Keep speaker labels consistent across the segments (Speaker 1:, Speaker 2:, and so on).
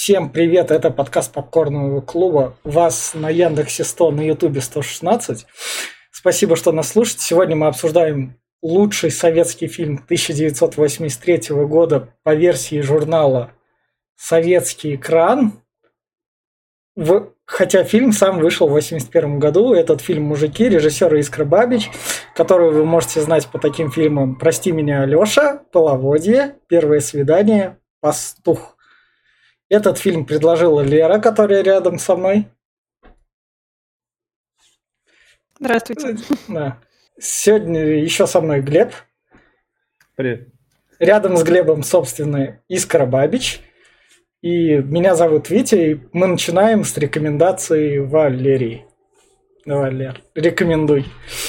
Speaker 1: Всем привет, это подкаст Попкорного клуба. Вас на Яндексе 100, на Ютубе 116. Спасибо, что нас слушаете. Сегодня мы обсуждаем лучший советский фильм 1983 года по версии журнала «Советский экран». Хотя фильм сам вышел в 1981 году. Этот фильм «Мужики», режиссера Искра Бабич, которую вы можете знать по таким фильмам «Прости меня, Алёша», «Половодье», «Первое свидание», «Пастух». Этот фильм предложила Лера, которая рядом со мной.
Speaker 2: Здравствуйте.
Speaker 1: Да. Сегодня еще со мной Глеб.
Speaker 3: Привет.
Speaker 1: Рядом с Глебом, собственно, Искра Бабич. И меня зовут Витя, и мы начинаем с рекомендации Валерии. Давай, Лер, рекомендуй.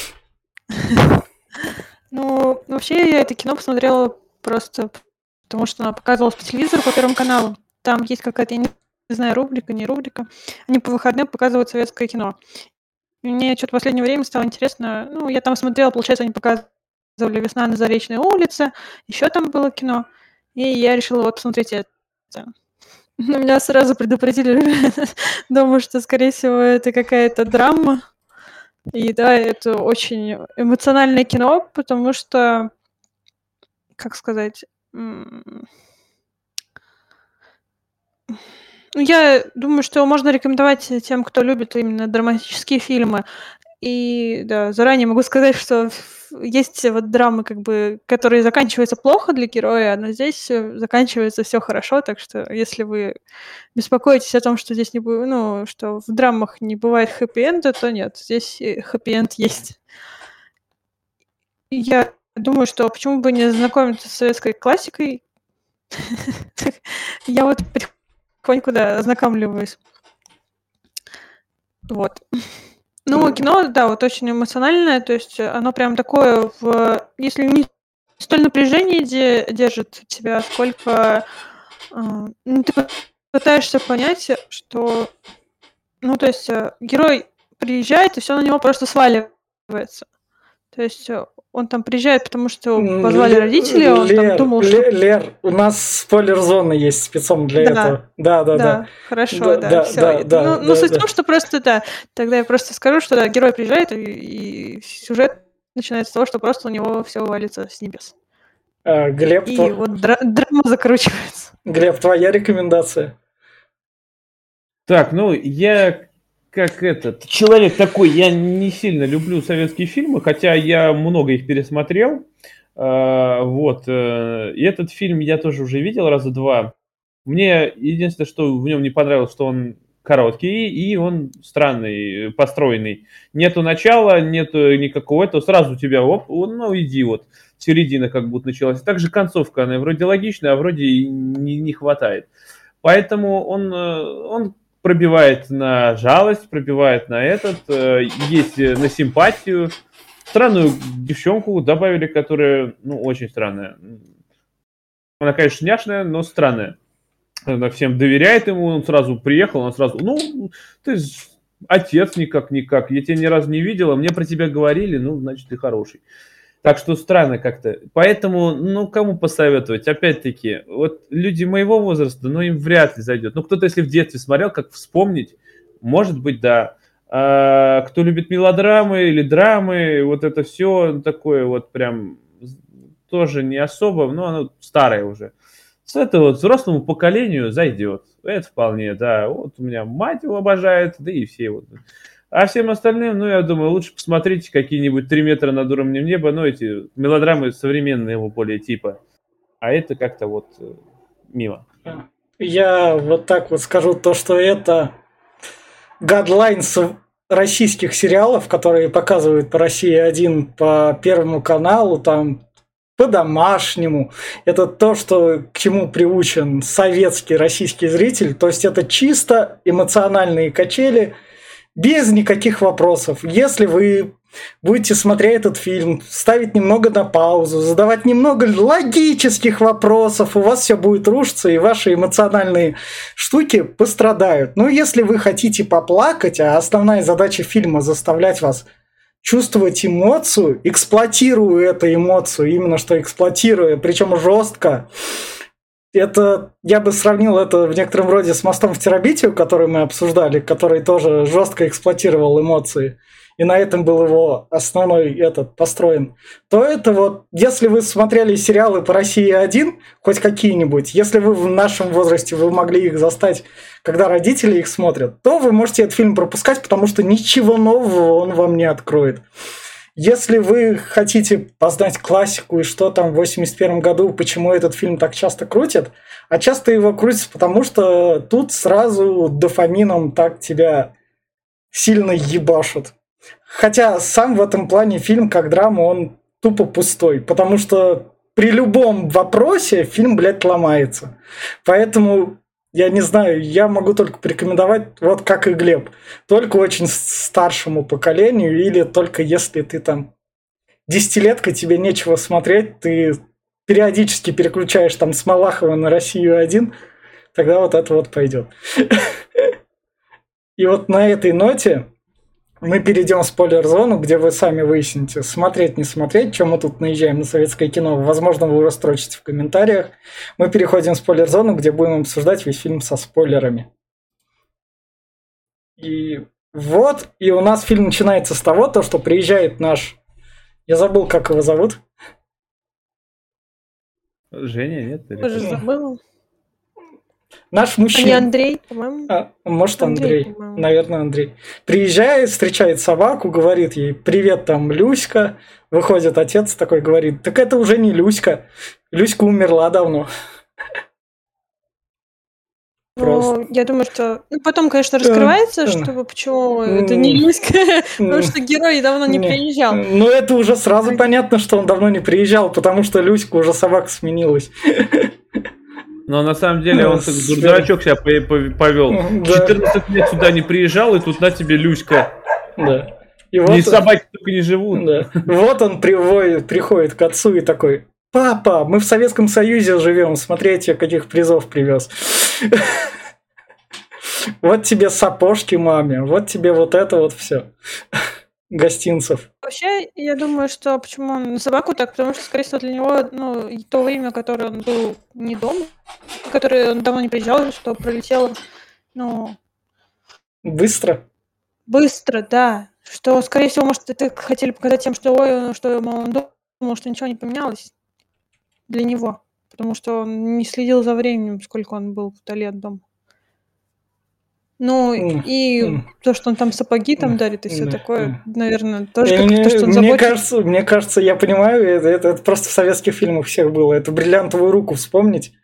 Speaker 2: Ну, вообще я это кино посмотрела просто потому, что оно показывалось по телевизору, по Первому каналу. Там есть какая-то, я не знаю, рубрика, не рубрика. Они по выходным показывают советское кино. И мне что-то в последнее время стало интересно. Ну, я там смотрела, получается, они показывали «Весна на Заречной улице», еще там было кино. И я решила вот посмотреть это. Но меня сразу предупредили дома, что, скорее всего, это какая-то драма. И да, это очень эмоциональное кино, потому что, как сказать, я думаю, что можно рекомендовать тем, кто любит именно драматические фильмы. И да, заранее могу сказать, что есть вот драмы, как бы, которые заканчиваются плохо для героя, но здесь заканчивается все хорошо, так что если вы беспокоитесь о том, что здесь не будет, ну, что в драмах не бывает хэппи-энда, то нет, здесь хэппи-энд есть. Я думаю, что почему бы не знакомиться с советской классикой. Я вот потихоньку, да, ознакомливаюсь. Вот. Ну, кино, да, вот очень эмоциональное, то есть оно прям такое, если не столь напряжение держит тебя, сколько ты пытаешься понять, что, ну, то есть герой приезжает, и все на него просто сваливается. То есть он там приезжает, потому что позвали родители, он там думал, что...
Speaker 1: Лер, у нас спойлер-зона есть спецом для этого. Да.
Speaker 2: Хорошо, да, все. Ну, суть в том, что просто, да, тогда я просто скажу, что да, герой приезжает, и сюжет начинается с того, что просто у него все валится с небес.
Speaker 1: Глеб,
Speaker 2: и вот драма закручивается.
Speaker 1: Глеб, твоя рекомендация?
Speaker 3: Так, ну, я как этот человек такой, я не сильно люблю советские фильмы, хотя я много их пересмотрел. Вот. И этот фильм я тоже уже видел раза два. Мне единственное, что в нем не понравилось, что он короткий и он странный, построенный. Нету начала, нету никакого этого, сразу у тебя, ну иди вот, середина как будто началась. Также концовка, она вроде логичная, а вроде и не хватает. Поэтому он пробивает на жалость, пробивает на есть на симпатию. Странную девчонку добавили, которая, ну, очень странная. Она, конечно, няшная, но странная. Она всем доверяет ему, он сразу приехал, он сразу, ну, ты ж отец никак, я тебя ни разу не видела, мне про тебя говорили, ну, значит, ты хороший. Так что странно как-то. Поэтому, ну, кому посоветовать? Опять-таки, вот люди моего возраста, ну, им вряд ли зайдет. Ну, кто-то, если в детстве смотрел, как вспомнить, может быть, да. А кто любит мелодрамы или драмы, вот это все такое вот прям тоже не особо, но оно старое уже. С этого вот взрослому поколению зайдет. Это вполне, да. Вот у меня мать его обожает, да и все вот. А всем остальным, ну, я думаю, лучше посмотрите какие-нибудь 3 метра над уровнем неба, ну, эти мелодрамы современные его более типа. А это как-то вот мимо.
Speaker 1: Я вот так вот скажу то, что это гадлайнс российских сериалов, которые показывают по России 1 по Первому каналу, там по-домашнему. Это то, к чему приучен советский, российский зритель. То есть это чисто эмоциональные качели, без никаких вопросов. Если вы будете смотреть этот фильм, ставить немного на паузу, задавать немного логических вопросов, у вас все будет рушиться, и ваши эмоциональные штуки пострадают. Но если вы хотите поплакать, а основная задача фильма заставлять вас чувствовать эмоцию, эксплуатируя эту эмоцию, именно что эксплуатируя, причем жестко, это, я бы сравнил это в некотором роде с «Мостом в Терабитию», который мы обсуждали, который тоже жестко эксплуатировал эмоции, и на этом был его основной этот построен, то это вот, если вы смотрели сериалы по «Россия-1», хоть какие-нибудь, если вы в нашем возрасте, вы могли их застать, когда родители их смотрят, то вы можете этот фильм пропускать, потому что ничего нового он вам не откроет. Если вы хотите познать классику и что там в 81 году, почему этот фильм так часто крутят, а часто его крутят, потому что тут сразу дофамином так тебя сильно ебашут. Хотя сам в этом плане фильм как драма, он тупо пустой, потому что при любом вопросе фильм, блядь, ломается. Поэтому, я не знаю, я могу только порекомендовать, вот как и Глеб, только очень старшему поколению, или только если ты там десятилетка, тебе нечего смотреть, ты периодически переключаешь там с Малахова на «Россию-1», тогда вот это вот пойдет. И вот на этой ноте мы перейдем в спойлер-зону, где вы сами выясните, смотреть, не смотреть, чем мы тут наезжаем на советское кино. Возможно, вы расстрочите в комментариях. Мы переходим в спойлер-зону, где будем обсуждать весь фильм со спойлерами. И вот, и у нас фильм начинается с того, что приезжает наш... Я забыл, как его зовут.
Speaker 3: Женя, нет?
Speaker 2: Уже забыла.
Speaker 1: Наш
Speaker 2: А не
Speaker 1: мужчина.
Speaker 2: Андрей, по-моему?
Speaker 1: Может,
Speaker 2: Андрей,
Speaker 1: Андрей.
Speaker 2: по-моему.
Speaker 1: Наверное, Андрей. Приезжает, встречает собаку, говорит ей: «Привет, там, Люська». Выходит отец такой, говорит: «Так это уже не Люська. Люська умерла давно».
Speaker 2: Ну, я думаю, что... Ну, потом, конечно, раскрывается, что почему это не Люська, потому что герой давно не приезжал.
Speaker 1: Ну, это уже сразу понятно, что он давно не приезжал, потому что Люська уже собака сменилась.
Speaker 3: Но на самом деле он как дурачок себя повел. 14 лет сюда не приезжал, и тут на тебе Люська.
Speaker 1: Да.
Speaker 3: И вот, ни собаки только не живут.
Speaker 1: Да. Вот он приходит к отцу и такой: «Папа, мы в Советском Союзе живем, смотрите, каких призов привез. Вот тебе сапожки маме, вот тебе вот это вот все. Гостинцев».
Speaker 2: Вообще, я думаю, что почему он на собаку так, потому что, скорее всего, для него, ну, и то время, которое он был не дома, которое он давно не приезжал, что пролетело, ну...
Speaker 1: Быстро?
Speaker 2: Быстро, да. Что, скорее всего, может, это хотели показать тем, что, ой, что он думал, что ничего не поменялось для него, потому что он не следил за временем, сколько он был вдали от дома. Ну, и то, что он там сапоги там дарит и все такое, наверное, тоже как-то, что он заботится.
Speaker 1: Мне кажется, я понимаю, это просто в советских фильмах всех было. Это «Бриллиантовую руку» вспомнить.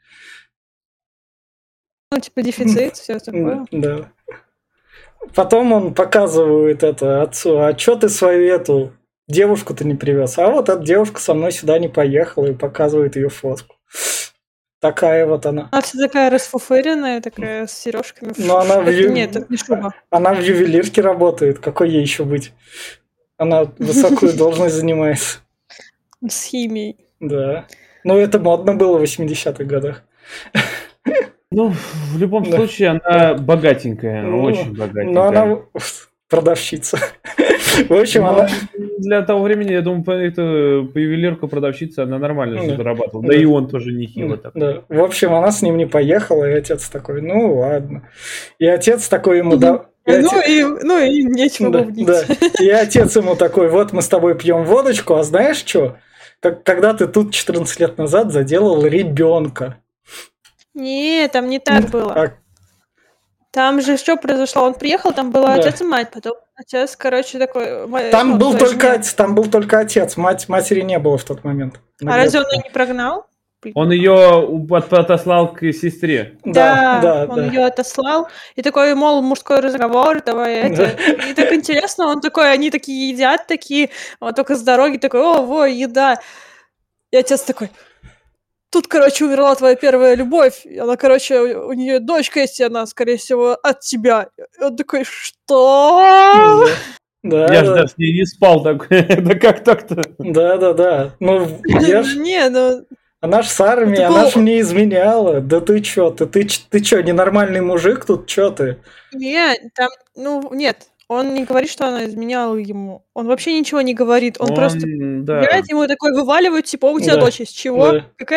Speaker 2: Ну, типа дефицит, все такое.
Speaker 1: Да. Потом он показывает это отцу: «А чё ты свою эту девушку-то не привез?» А вот эта девушка со мной сюда не поехала, и показывает ее фотку. Такая вот она.
Speaker 2: Она вся такая расфуфыренная, такая с сережками.
Speaker 1: Но она
Speaker 2: Нет, это не шуба.
Speaker 1: Она в ювелирке работает. Какой ей еще быть? Она высокую должность занимает.
Speaker 2: С химией.
Speaker 1: Да. Ну, это модно было в 80-х годах.
Speaker 3: Ну, в любом случае, она богатенькая, очень богатенькая.
Speaker 1: Но она продавщица. В общем, она...
Speaker 3: Для того времени, я думаю, по ювелирку продавщица, она нормально все зарабатывала. Да и он тоже нехило так.
Speaker 1: Да. В общем, она с ним не поехала, и отец такой: «Ну, ладно». И отец такой ему... Ну,
Speaker 2: и нечего бубнить.
Speaker 1: Да. И отец ему такой: «Вот мы с тобой пьем водочку, а знаешь что? Когда ты тут 14 лет назад заделал ребенка».
Speaker 2: Не, там не так было. Там же что произошло? Он приехал, там был отец и мать, потом отец, короче, такой...
Speaker 1: Там был только отец, матери не было в тот момент.
Speaker 2: А разве он ее не прогнал?
Speaker 3: Он ее отослал к сестре.
Speaker 2: Да, он ее отослал. И такой, мол, мужской разговор, давай это. И так интересно, он такой, они такие едят, такие, вот только с дороги такой: «О, во, еда». И отец такой: «Тут, короче, умерла твоя первая любовь. И она, короче, у нее дочка есть, и она, скорее всего, от тебя». И он такой: «Что?»
Speaker 3: Я же даже с ней не спал. Да как так-то?
Speaker 1: Да. Ну, я ж...
Speaker 2: Не, ну...
Speaker 1: Она ж с армией, она ж мне изменяла. Да ты чё? Ты чё, ненормальный мужик тут? Чё ты?
Speaker 2: Нет, там... Ну, нет. Он не говорит, что она изменяла ему. Он вообще ничего не говорит. Он просто... Ему такой вываливает, типа: «У тебя дочь есть». Чего?
Speaker 1: Да.
Speaker 2: Какая дочь?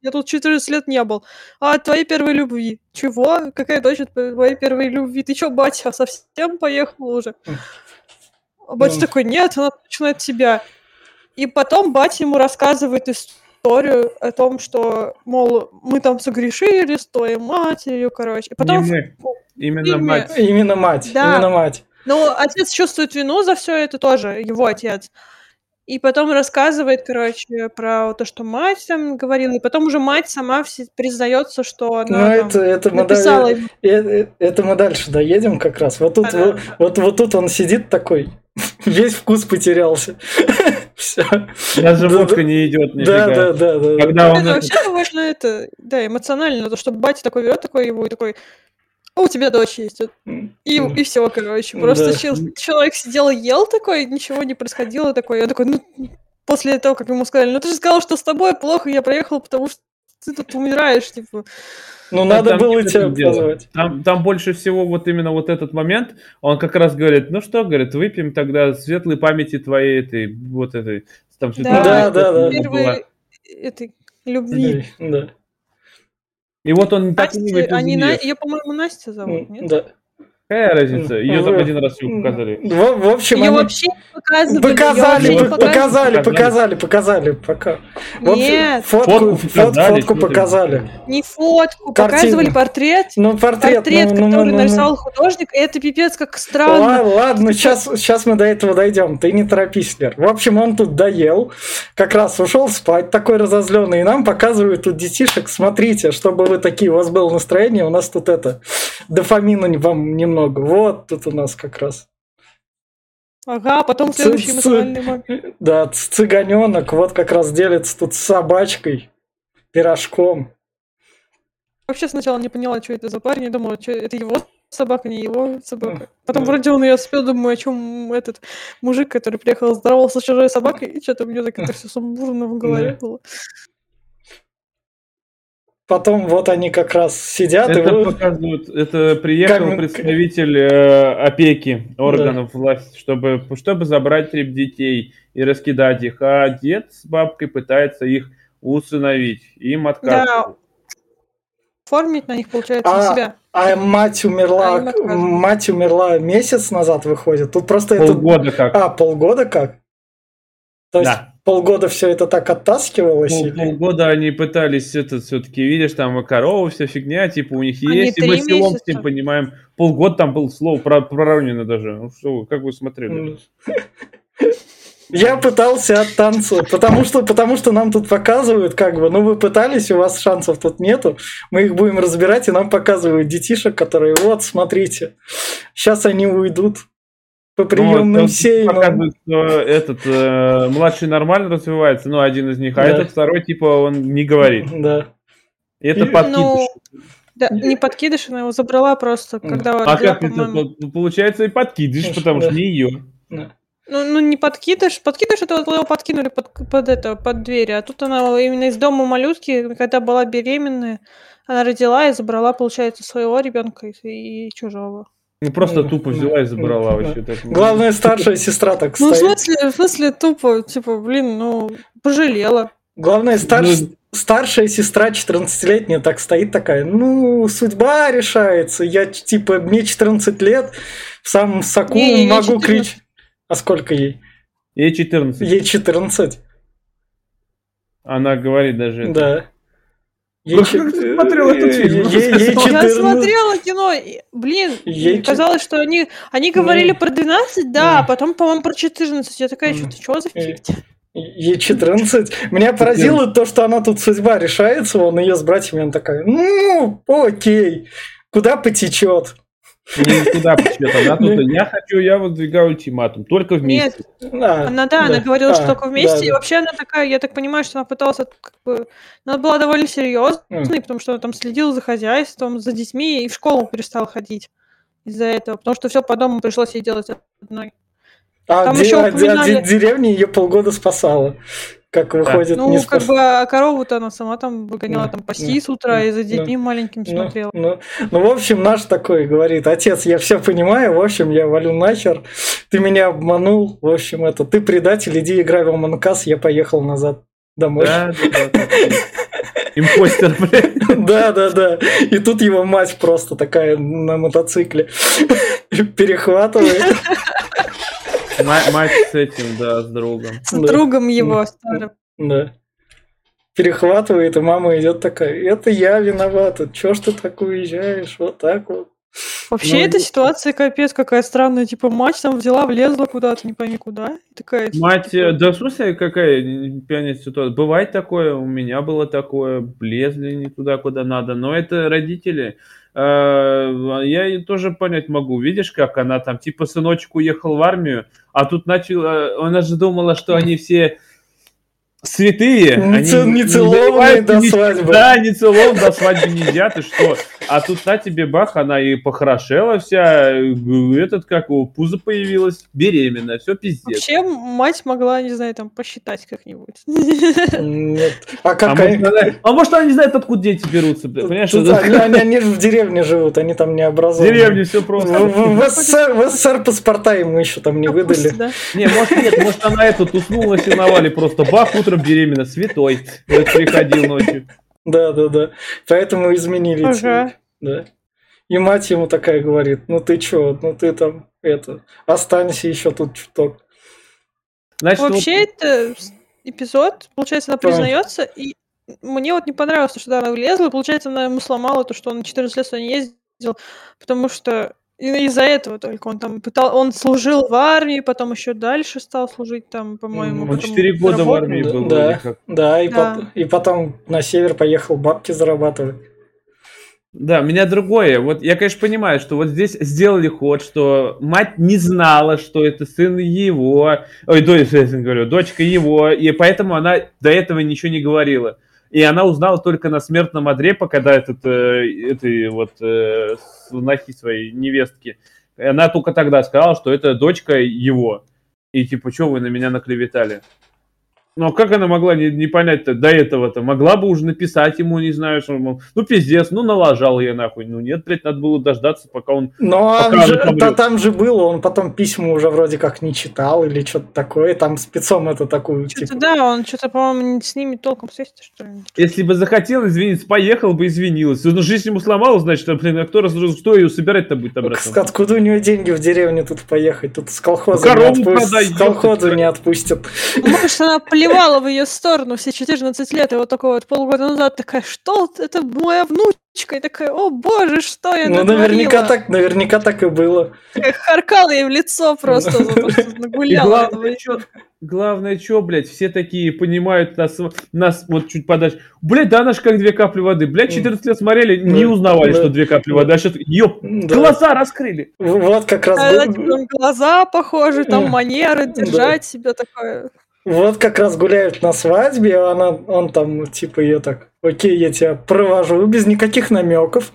Speaker 2: Я тут 14 лет не был. А от твоей первой любви? Чего? Какая дочь от твоей первой любви? Ты чё, батя, совсем поехал уже? А батя такой, нет, она точно от тебя. И потом батя ему рассказывает историю о том, что, мол, мы там согрешили с твоей матерью, короче. И потом
Speaker 3: Именно мать.
Speaker 1: Именно мать.
Speaker 2: Да.
Speaker 1: Именно мать.
Speaker 2: Но отец чувствует вину за все это тоже, его отец. И потом рассказывает, короче, про то, что мать там говорила, и потом уже мать сама признается, что она написала ему.
Speaker 1: Это мы дальше доедем как раз. Вот тут он сидит такой, весь вкус потерялся. Все.
Speaker 3: Даже водка не идет нифига.
Speaker 1: Да.
Speaker 2: Это вообще важно, это, да, эмоционально, то, что батя такой берет такой его и такой, у тебя дочь есть. И все, короче. Просто человек сидел и ел такой, ничего не происходило такое. Я такой, после того, как ему сказали, ты же сказал, что с тобой плохо, я проехал, потому что ты тут умираешь, типа.
Speaker 1: Надо было тебя позвать.
Speaker 3: Там больше всего вот именно вот этот момент, он как раз говорит, говорит, выпьем тогда светлой памяти твоей этой. Там
Speaker 1: Да.
Speaker 2: Первой этой любви.
Speaker 1: Да.
Speaker 3: И вот он так и не выпил за неё.
Speaker 2: Ее, по-моему, Настя зовут, нет?
Speaker 1: Да.
Speaker 3: Какая разница? Ее там один раз всего показали.
Speaker 1: В общем,
Speaker 2: ее вообще
Speaker 1: показали. Пока.
Speaker 2: Нет.
Speaker 1: Фотку показали.
Speaker 2: Не фотку, показывали портрет.
Speaker 1: Портрет,
Speaker 2: который нарисовал художник. И это пипец как странно.
Speaker 1: Ладно, сейчас мы до этого дойдем. Ты не торопись, Лер. В общем, он тут доел, как раз ушел спать, такой разозленный, и нам показывают тут детишек. Смотрите, чтобы вы такие, у вас было настроение, у нас тут дофамина вам немного. Вот тут у нас как раз.
Speaker 2: Ага, потом следующий эмоциональный момент.
Speaker 1: Да, цыганенок вот как раз делится тут с собачкой, пирожком.
Speaker 2: Вообще сначала не поняла, что это за парень, я думала, что это его собака, не его собака. Потом вроде он ее спел, думаю, о чем этот мужик, который приехал, здоровался с чужой собакой, и что-то у меня так это все сумбурно в голове было.
Speaker 1: Потом вот они как раз сидят.
Speaker 3: Это показывают, это приехал представитель опеки органов власти, чтобы забрать 3 детей и раскидать их, а дед с бабкой пытается их усыновить. Им отказывают. Да,
Speaker 2: оформить на них, получается, на себя.
Speaker 1: А мать умерла месяц назад, выходит. Тут просто
Speaker 3: полгода как.
Speaker 1: Полгода как? То есть полгода все это так оттаскивалось?
Speaker 3: Полгода они пытались все-таки, видишь, там коровы, вся фигня, типа у них есть, и мы селом с ним понимаем. Полгода там было слово проронено даже. Ну что, как вы смотрели?
Speaker 1: Я пытался оттанцевать, потому что нам тут показывают, вы пытались, у вас шансов тут нету, мы их будем разбирать, и нам показывают детишек, которые, вот, смотрите, сейчас они уйдут по приемным сеймам.
Speaker 3: Показывают, что этот младший нормально развивается, один из них, а этот второй, типа, он не говорит.
Speaker 1: Да.
Speaker 3: И это подкидыш.
Speaker 2: Да, не подкидыш, она его забрала просто, когда...
Speaker 3: А как это? Получается и подкидыш, потому что не ее.
Speaker 2: Не подкидыш. Подкидыш, это его подкинули под дверь. А тут она именно из дома малютки, когда была беременная, она родила и забрала, получается, своего ребенка и чужого.
Speaker 3: Просто тупо взяла и забрала вообще.
Speaker 1: Главная старшая сестра так стоит.
Speaker 2: В смысле тупо, типа, пожалела.
Speaker 1: Главная старшая сестра 14-летняя так стоит такая, судьба решается. Мне 14 лет, в самом соку могу кричать. А сколько ей?
Speaker 3: Ей 14.
Speaker 1: Ей 14.
Speaker 3: Она говорит даже это.
Speaker 1: Да.
Speaker 3: Как ты смотрел этот фильм?
Speaker 2: Я смотрела кино. Казалось, что они говорили про 12, да, а потом, по-моему, про 14. Я такая, что за фигня?
Speaker 1: Ей 14. Меня поразило то, что она тут судьба решается, ее с братьями, она такая, окей, куда потечет?
Speaker 3: Никуда почему-то. Я выдвигаю ультиматум. Только вместе.
Speaker 2: Нет, она говорила, что только вместе. И вообще она такая, я так понимаю, что она пыталась, она была довольно серьезной, потому что она там следила за хозяйством, за детьми, и в школу перестала ходить из-за этого, потому что все по дому пришлось ей делать одной.
Speaker 1: Деревня ее полгода спасала. Как выходит,
Speaker 2: а корову-то она сама там выгоняла пасти с утра и за детьми маленьким смотрела.
Speaker 1: В общем, наш такой говорит, отец, я все понимаю, в общем, я валю нахер, ты меня обманул, в общем, ты предатель, иди играй в Among Us, я поехал назад домой.
Speaker 3: Импостер, блядь.
Speaker 1: Да. И тут его мать просто такая на мотоцикле перехватывает.
Speaker 3: Мать с этим, да, с другом.
Speaker 2: С другом его старым.
Speaker 1: Да. Перехватывает, и мама идет такая: это я виновата, чё ж ты так уезжаешь, вот так вот.
Speaker 2: Вообще, эта ситуация капец какая странная. Типа, мать там взяла, влезла куда-то, не пойми куда. И такая,
Speaker 3: Мать,
Speaker 2: типа,
Speaker 3: да в смысле, какая пьяная ситуация? Бывает такое, у меня было такое, влезли не туда, куда надо, но это родители. Я и тоже понять могу. Видишь, как она там, типа, сыночек уехал в армию, а тут она же думала, что они все святые,
Speaker 1: Не целованные до свадьбы.
Speaker 3: Да, не целован до свадьбы не едят, и что? А тут на тебе бах, она и похорошела вся, как пузо появилось, беременная, все пиздец.
Speaker 2: вообще, мать могла, не знаю, там, посчитать как-нибудь.
Speaker 1: Нет. А как они...
Speaker 3: может, она не знает, откуда дети берутся, понимаешь?
Speaker 1: Тут они же в деревне живут, они там не
Speaker 3: В
Speaker 1: образованы.
Speaker 3: деревне все просто.
Speaker 1: В СССР паспорта ему еще там не выдали.
Speaker 2: Да.
Speaker 3: Не, может она уснула на сеновале, просто бах, утром беременна, святой. Приходил ночью.
Speaker 1: Да. Поэтому изменили.
Speaker 2: Ага.
Speaker 1: Да. И мать ему такая говорит: ну ты чё, ну ты там останься еще тут чуток.
Speaker 3: Значит,
Speaker 2: Вообще, это эпизод, получается, она признается, и мне вот не понравилось, что она влезла, и, получается, она ему сломала то, что он 14 лет сюда не ездил, потому что из-за этого только он там он служил в армии, потом еще дальше стал служить там, по-моему.
Speaker 3: он 4 года в армии был.
Speaker 1: Да, и потом на север поехал бабки зарабатывать.
Speaker 3: Да, меня другое. Вот я, конечно, понимаю, что вот здесь сделали ход, что мать не знала, что это сын его, дочка его, и поэтому она до этого ничего не говорила. И она узнала только на смертном одре, когда снохи своей невестки. Она только тогда сказала, что это дочка его. И типа, что вы на меня наклеветали? Ну, а как она могла не понять-то до этого-то? Могла бы уже написать ему, не знаю, что, ну, пиздец, ну, налажал я нахуй. Ну, нет, блядь, надо было дождаться, пока он...
Speaker 1: Там же было, он потом письма уже вроде как не читал или что-то такое, там спецом это такую...
Speaker 2: Что-то да, он что-то, по-моему, с ними толком встретится, что ли.
Speaker 3: Если бы захотел извиниться, поехал бы, извинился. Ну, жизнь ему сломала, значит, блин, а кто ее собирать-то будет обратно?
Speaker 1: Откуда у него деньги в деревню тут поехать? Тут с колхоза не отпустят.
Speaker 2: Может, она плевала в ее сторону все 14 лет, и вот такого вот полгода назад такая: что это моя внучка? И такая: о боже, что я натворила?
Speaker 1: Наверняка так и было.
Speaker 2: Харкала ей в лицо просто за то, что нагуляла.
Speaker 3: Главное, что, блядь, все такие понимают нас вот чуть подальше. Блядь, да она ж как 2 капли воды. Блядь, 14 лет смотрели, не узнавали, что 2 капли воды. А сейчас, глаза раскрыли.
Speaker 1: Вот как раз...
Speaker 2: Там глаза похожи, там манеры, держать себя такое...
Speaker 1: Вот как раз гуляют на свадьбе, он там, типа, ее так: окей, я тебя провожу, без никаких намеков.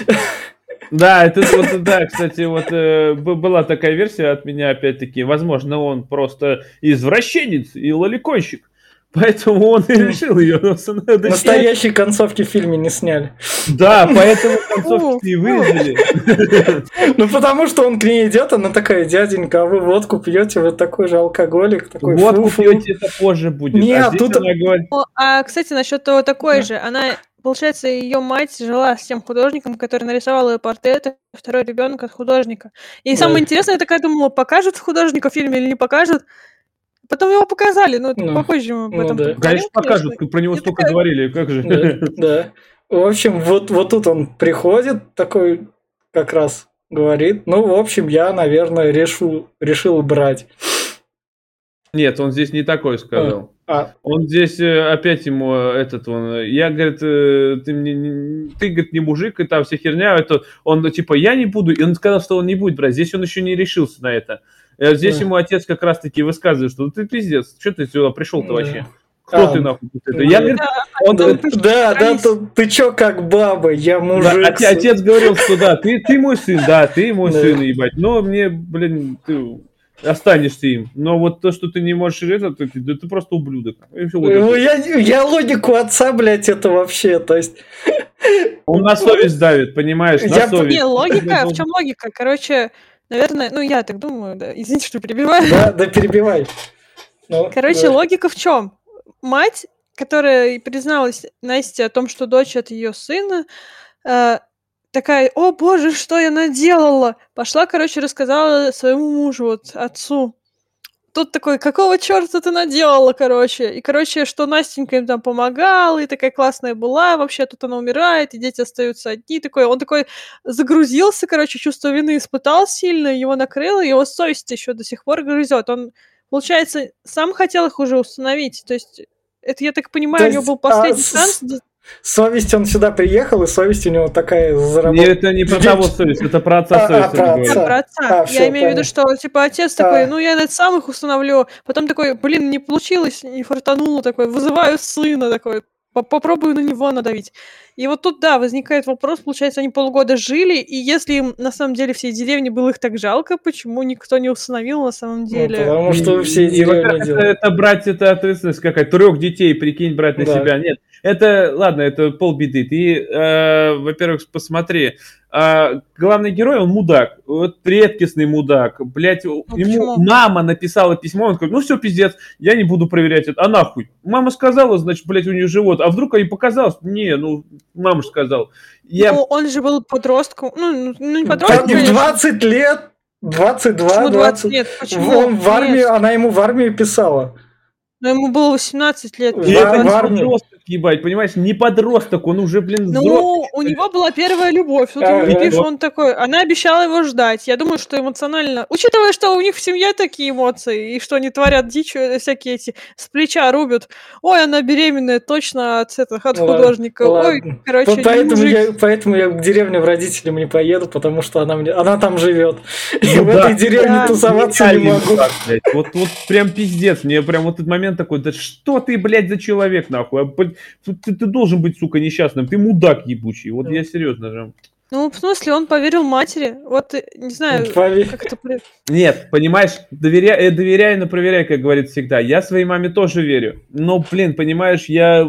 Speaker 3: Да, кстати, была такая версия от меня, опять-таки, возможно, он просто извращенец и лоликонщик. Поэтому он и решил ее.
Speaker 1: Настоящей концовки в фильме не сняли.
Speaker 3: Да, поэтому концовки не вырезали.
Speaker 1: Ну, потому что он к ней идет, она такая: дяденька, а вы водку пьете, вы такой же алкоголик.
Speaker 3: Водку пьете, это позже будет.
Speaker 1: Нет, тут...
Speaker 2: Кстати, насчет того такой же, она... Получается, ее мать жила с тем художником, который нарисовал ее портреты, второй ребенок от художника. И самое интересное, я такая думала, покажут художника в фильме или не покажут. Потом его показали, но это попозже мы об этом поговорим.
Speaker 3: Конечно, покажут, про него столько говорили, как же.
Speaker 1: Да. В общем, вот тут он приходит, такой как раз говорит: ну, в общем, я, наверное, решил брать.
Speaker 3: Нет, он здесь не такой сказал. Он здесь опять ему я, говорит, ты, говорит, не мужик, и там вся херня, он типа: я не буду, и он сказал, что он не будет брать, здесь он еще не решился на это. Здесь ему отец как раз-таки высказывает, что ты пиздец, что ты сюда пришел-то вообще? Кто ты нахуй? Я, говорит,
Speaker 1: ты чё как баба, я мужик.
Speaker 3: Да, отец говорил, что да, ты мой сын, ебать, но мне, блин, ты... останешься им. Но вот то, что ты не можешь ты просто ублюдок.
Speaker 1: Я логику отца, блядь, это вообще, то есть...
Speaker 3: Он на совесть давит, понимаешь, на совесть.
Speaker 2: Не, логика, в чем логика? Короче, наверное, я так думаю, да, извините, что перебиваю.
Speaker 1: Да, перебивай.
Speaker 2: Короче, логика в чем? Мать которая и призналась Насте о том, что дочь от ее сына, такая: «О боже, что я наделала!» Пошла, короче, рассказала своему мужу, вот, отцу. Тот такой: «Какого чёрта ты наделала, короче?» И, короче, что Настенька им там помогала, и такая классная была, вообще тут она умирает, и дети остаются одни. Он такой загрузился, короче, чувство вины испытал сильно, его накрыло, его совесть еще до сих пор грызет. Он, получается, сам хотел их уже усыновить. То есть, это, я так
Speaker 1: То
Speaker 2: понимаю, у него
Speaker 1: есть,
Speaker 2: был последний шанс.
Speaker 1: совесть, он сюда приехал, и совесть у него такая
Speaker 3: Не,
Speaker 1: заработала.
Speaker 3: это не про того совесть, это про отца совесть
Speaker 1: про
Speaker 3: он
Speaker 1: отца.
Speaker 3: говорит.
Speaker 2: Про отца.
Speaker 1: всё,
Speaker 2: Я имею в виду,
Speaker 1: понятно.
Speaker 2: что, типа, отец такой: «Ну, я сам их усыновлю». Потом такой: «Блин, не получилось, не фартануло», такой: «Вызываю сына», такой: «Попробую на него надавить». И вот тут, да, возникает вопрос, получается, они полгода жили, и если им на самом деле всей деревни было их так жалко, почему никто не усыновил на самом деле?
Speaker 1: Потому что вы все
Speaker 3: Не, во-первых,
Speaker 1: деревни делаете.
Speaker 3: это брать, это ответственность какая-то. 3 детей, прикинь, брать на
Speaker 1: Да.
Speaker 3: себя. Нет, это, ладно, это полбеды. Ты, во-первых, посмотри, главный герой, он мудак, вот редкостный мудак. Блять, ему
Speaker 2: почему?
Speaker 3: мама написала письмо, он говорит: ну все, пиздец, я не буду проверять это. А нахуй? Мама сказала, значит, блять, у нее живот. А вдруг ей показалось? Не, ну, мама же сказала.
Speaker 2: Ну, он же был подростком. Ну, не
Speaker 1: Там
Speaker 2: подростком,
Speaker 1: в
Speaker 2: конечно.
Speaker 1: 20 лет, 22,
Speaker 2: Почему 20
Speaker 1: 20.
Speaker 2: лет? Почему?
Speaker 1: Он в армии,
Speaker 2: Нет.
Speaker 1: она ему в армии писала.
Speaker 2: Но ему было 18 лет.
Speaker 1: В
Speaker 3: И это не
Speaker 1: армии.
Speaker 3: подросток, ебать, понимаешь? Не подросток, он уже, блин, взрослый.
Speaker 2: Ну, у него была первая любовь. Тут ему
Speaker 1: Ага.
Speaker 2: пишет, он такой. Она обещала его ждать. Я думаю, что эмоционально. Учитывая, что у них в семье такие эмоции, и что они творят дичь, всякие эти с плеча рубят. Ой, она беременная, точно от художника. Ой,
Speaker 1: Ладно.
Speaker 2: короче, не
Speaker 1: Поэтому я к деревне в родителям не поеду, потому что она там живет. И
Speaker 3: Ну
Speaker 1: в
Speaker 3: да.
Speaker 1: этой деревне
Speaker 2: Да.
Speaker 1: тусоваться не
Speaker 3: Реальный
Speaker 1: могу.
Speaker 3: мудак, блядь. Вот прям пиздец. Мне прям вот этот момент такой: да что ты, блядь, за человек, нахуй? Ты должен быть, сука, несчастным. Ты мудак ебучий. Вот я серьезно же.
Speaker 2: Ну, в смысле, он поверил матери. Вот, не знаю,
Speaker 1: Поверь.
Speaker 2: как это...
Speaker 3: Нет, понимаешь, доверяй, но проверяй, как говорит всегда. Я своей маме тоже верю. Но, блин, понимаешь,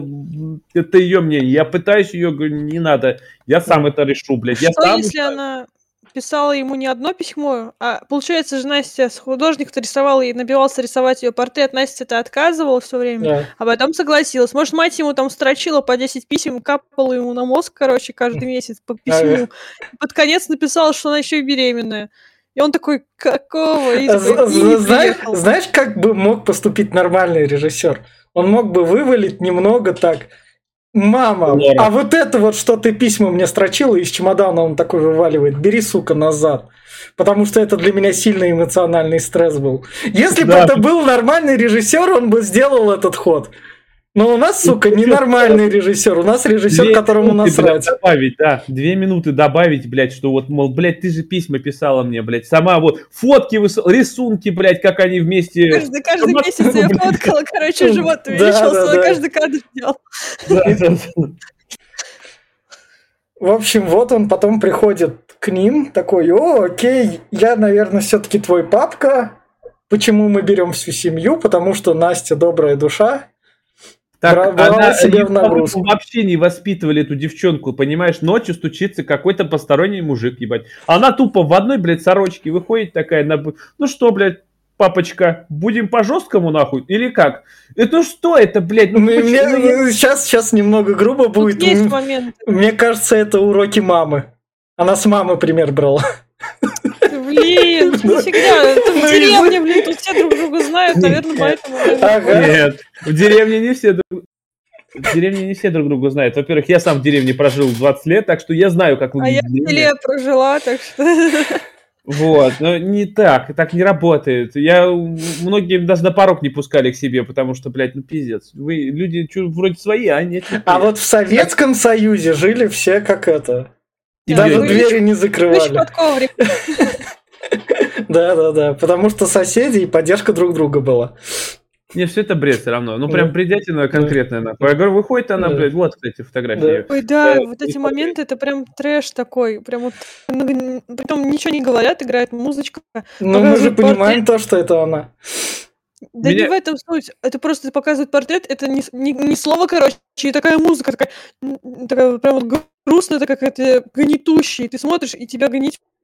Speaker 3: это ее мнение. Я пытаюсь ее, говорю, не надо. Я сам это решу, блядь. Я
Speaker 2: Что,
Speaker 3: сам
Speaker 2: если
Speaker 3: знаю.
Speaker 2: она писала ему не одно письмо, а получается же Настя художник-то рисовал и набивался рисовать ее портрет, Настя-то отказывала все время,
Speaker 1: Да.
Speaker 2: а потом согласилась. Может, мать ему там строчила по 10 писем, капала ему на мозг, короче, каждый месяц по письму. И под конец написала, что она еще и беременная. И он такой: какого? И такой, и не приехал.
Speaker 1: Знаешь, как бы мог поступить нормальный режиссер? Он мог бы вывалить немного так: мама,
Speaker 3: Лора.
Speaker 1: а вот это вот, что ты письма мне строчила, из чемодана он такой вываливает: бери, сука, назад. Потому что это для меня сильный эмоциональный стресс был. Если бы
Speaker 3: Да.
Speaker 1: это был нормальный режиссер, он бы сделал этот ход. Но у нас, сука, ненормальный режиссер. У нас режиссер,
Speaker 3: 2
Speaker 1: которому
Speaker 3: минуты,
Speaker 1: насрать.
Speaker 3: блядь, добавить, да. 2 минуты добавить, блядь, что вот, мол, блядь, ты же письма писала мне, блядь. Сама вот фотки, рисунки, блядь, как они вместе.
Speaker 2: Каждый месяц я
Speaker 3: блядь.
Speaker 2: фоткала, короче, живот
Speaker 1: Да,
Speaker 2: увеличился,
Speaker 1: да, да.
Speaker 2: каждый кадр делал.
Speaker 3: Да, да, да.
Speaker 1: В общем, вот он потом приходит к ним, такой: о, окей, я, наверное, все-таки твой папка. Почему мы берем всю семью? Потому что Настя добрая душа.
Speaker 3: Так,
Speaker 1: Брала себе
Speaker 3: ее
Speaker 1: в нагрузку.
Speaker 3: вообще не воспитывали эту девчонку, понимаешь? Ночью стучится какой-то посторонний мужик, ебать. Она тупо в одной, блядь, сорочке выходит такая, ну что, блядь, папочка, будем по-жесткому нахуй? Или как? Это что это, блядь? Ну,
Speaker 1: Сейчас немного грубо будет.
Speaker 2: Тут есть момент.
Speaker 1: Мне кажется, это уроки мамы. Она с мамы пример брала.
Speaker 2: Блин, не всегда. Это в деревне, блин, тут все друг друга знают, наверное, поэтому...
Speaker 3: Нет, в деревне не все друг друга знают. Во-первых, я сам в деревне прожил 20 лет, так что я знаю, как
Speaker 2: А я
Speaker 3: выглядит
Speaker 2: в селе прожила, так что...
Speaker 3: Вот, но не так не работает. Многие даже на порог не пускали к себе, потому что, блядь, ну пиздец. Вы люди вроде свои, а нет.
Speaker 1: А вот в Советском Союзе жили все как это. Даже
Speaker 2: Вы
Speaker 1: двери не
Speaker 2: ключ
Speaker 1: закрывали.
Speaker 2: под коврик.
Speaker 1: Да, потому что соседи и поддержка друг друга была.
Speaker 3: Не, все это бред все равно. Ну,
Speaker 1: Да.
Speaker 3: прям бредятина конкретная. нахуй. Я говорю, выходит она,
Speaker 1: Да.
Speaker 3: блядь, вот, кстати, фотография.
Speaker 2: Ой, да,
Speaker 3: Да,
Speaker 2: вот эти
Speaker 3: и
Speaker 2: моменты, это прям трэш такой. Прям вот... Притом ничего не говорят, играет музычка.
Speaker 1: Но мы же
Speaker 2: показывают
Speaker 1: понимаем то, что это она.
Speaker 2: Да не
Speaker 3: Меня-
Speaker 2: в этом суть. Это просто показывает портрет, это не слово, короче, и такая музыка, такая прям вот грустная, такая какая-то гнетущая. И ты смотришь, и тебя гонить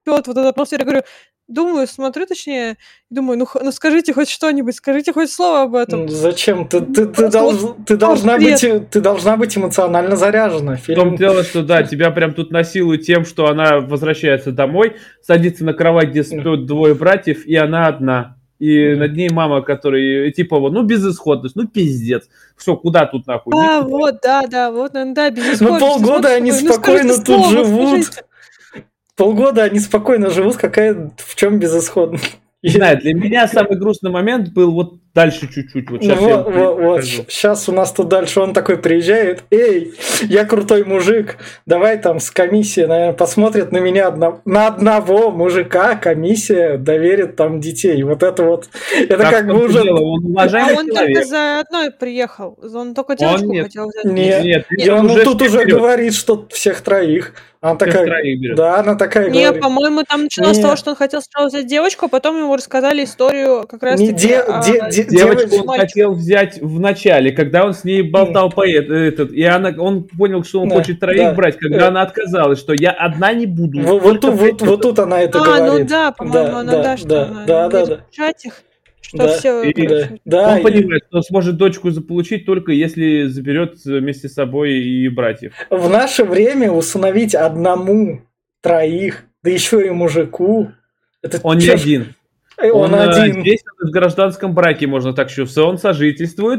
Speaker 2: гнетет вот эта атмосфера. Я говорю, смотрю, точнее, думаю, ну скажите хоть что-нибудь, скажите хоть слово об этом.
Speaker 1: Зачем? Ты
Speaker 2: Просто
Speaker 1: должна
Speaker 2: бред.
Speaker 1: ты должна быть эмоционально заряжена.
Speaker 3: В том дело, что да, тебя прям тут насилуют тем, что она возвращается домой, садится на кровать, где спят двое братьев, и она одна. И над ней мама, которая, типа, вот, ну, безысходность, ну, пиздец. Все, куда тут нахуй?
Speaker 2: Да,
Speaker 3: Никуда.
Speaker 2: вот, да, вот, да, безысходность.
Speaker 1: Ну, полгода они
Speaker 2: Смотришь,
Speaker 1: спокойно
Speaker 2: скажите
Speaker 1: тут
Speaker 2: слово,
Speaker 1: живут.
Speaker 2: скажите.
Speaker 1: Полгода они спокойно живут, в чем безысходность?
Speaker 3: Не знаю, для меня самый грустный момент был вот дальше чуть-чуть. Вот сейчас я вам покажу.
Speaker 1: Сейчас у нас тут дальше он такой приезжает. Эй, я крутой мужик, давай там с комиссией, наверное, посмотрят на меня на одного мужика, комиссия доверит там детей. Вот это вот, это
Speaker 3: Так,
Speaker 1: как бы уже...
Speaker 3: Он уважаемый
Speaker 2: Он
Speaker 3: человек.
Speaker 2: только за одной приехал. Он только девочку
Speaker 3: нет.
Speaker 2: хотел взять.
Speaker 1: Нет,
Speaker 3: Нет,
Speaker 1: он
Speaker 3: уже
Speaker 1: тут уже
Speaker 3: вперед.
Speaker 1: говорит, что всех троих. Она
Speaker 3: Всех
Speaker 1: такая,
Speaker 3: троих берет.
Speaker 1: да, она такая
Speaker 2: Не,
Speaker 1: говорит.
Speaker 2: по-моему, там началось с
Speaker 1: Не.
Speaker 2: того, что он хотел сначала взять девочку, а потом ему рассказали историю как раз
Speaker 1: Не
Speaker 2: таки
Speaker 3: Девочку он
Speaker 2: мальчик.
Speaker 3: хотел взять в начале, когда он с ней болтал и он понял, что он
Speaker 1: Да,
Speaker 3: хочет троих
Speaker 1: да.
Speaker 3: брать, когда она отказалась, что я одна не буду.
Speaker 1: Вот тут она это говорит.
Speaker 2: Ну да, по-моему, она, что она
Speaker 1: да,
Speaker 2: будет
Speaker 1: да.
Speaker 2: держать их, что
Speaker 1: Да,
Speaker 2: все...
Speaker 1: Да,
Speaker 3: Он понимает, что сможет дочку заполучить только если заберет вместе с собой и братьев.
Speaker 1: в наше время усыновить одному троих, да еще и мужику, это
Speaker 3: Он не
Speaker 1: чё ж-
Speaker 3: один.
Speaker 1: Он один.
Speaker 3: Здесь в гражданском браке, можно так чувствовать. Он сожительствует.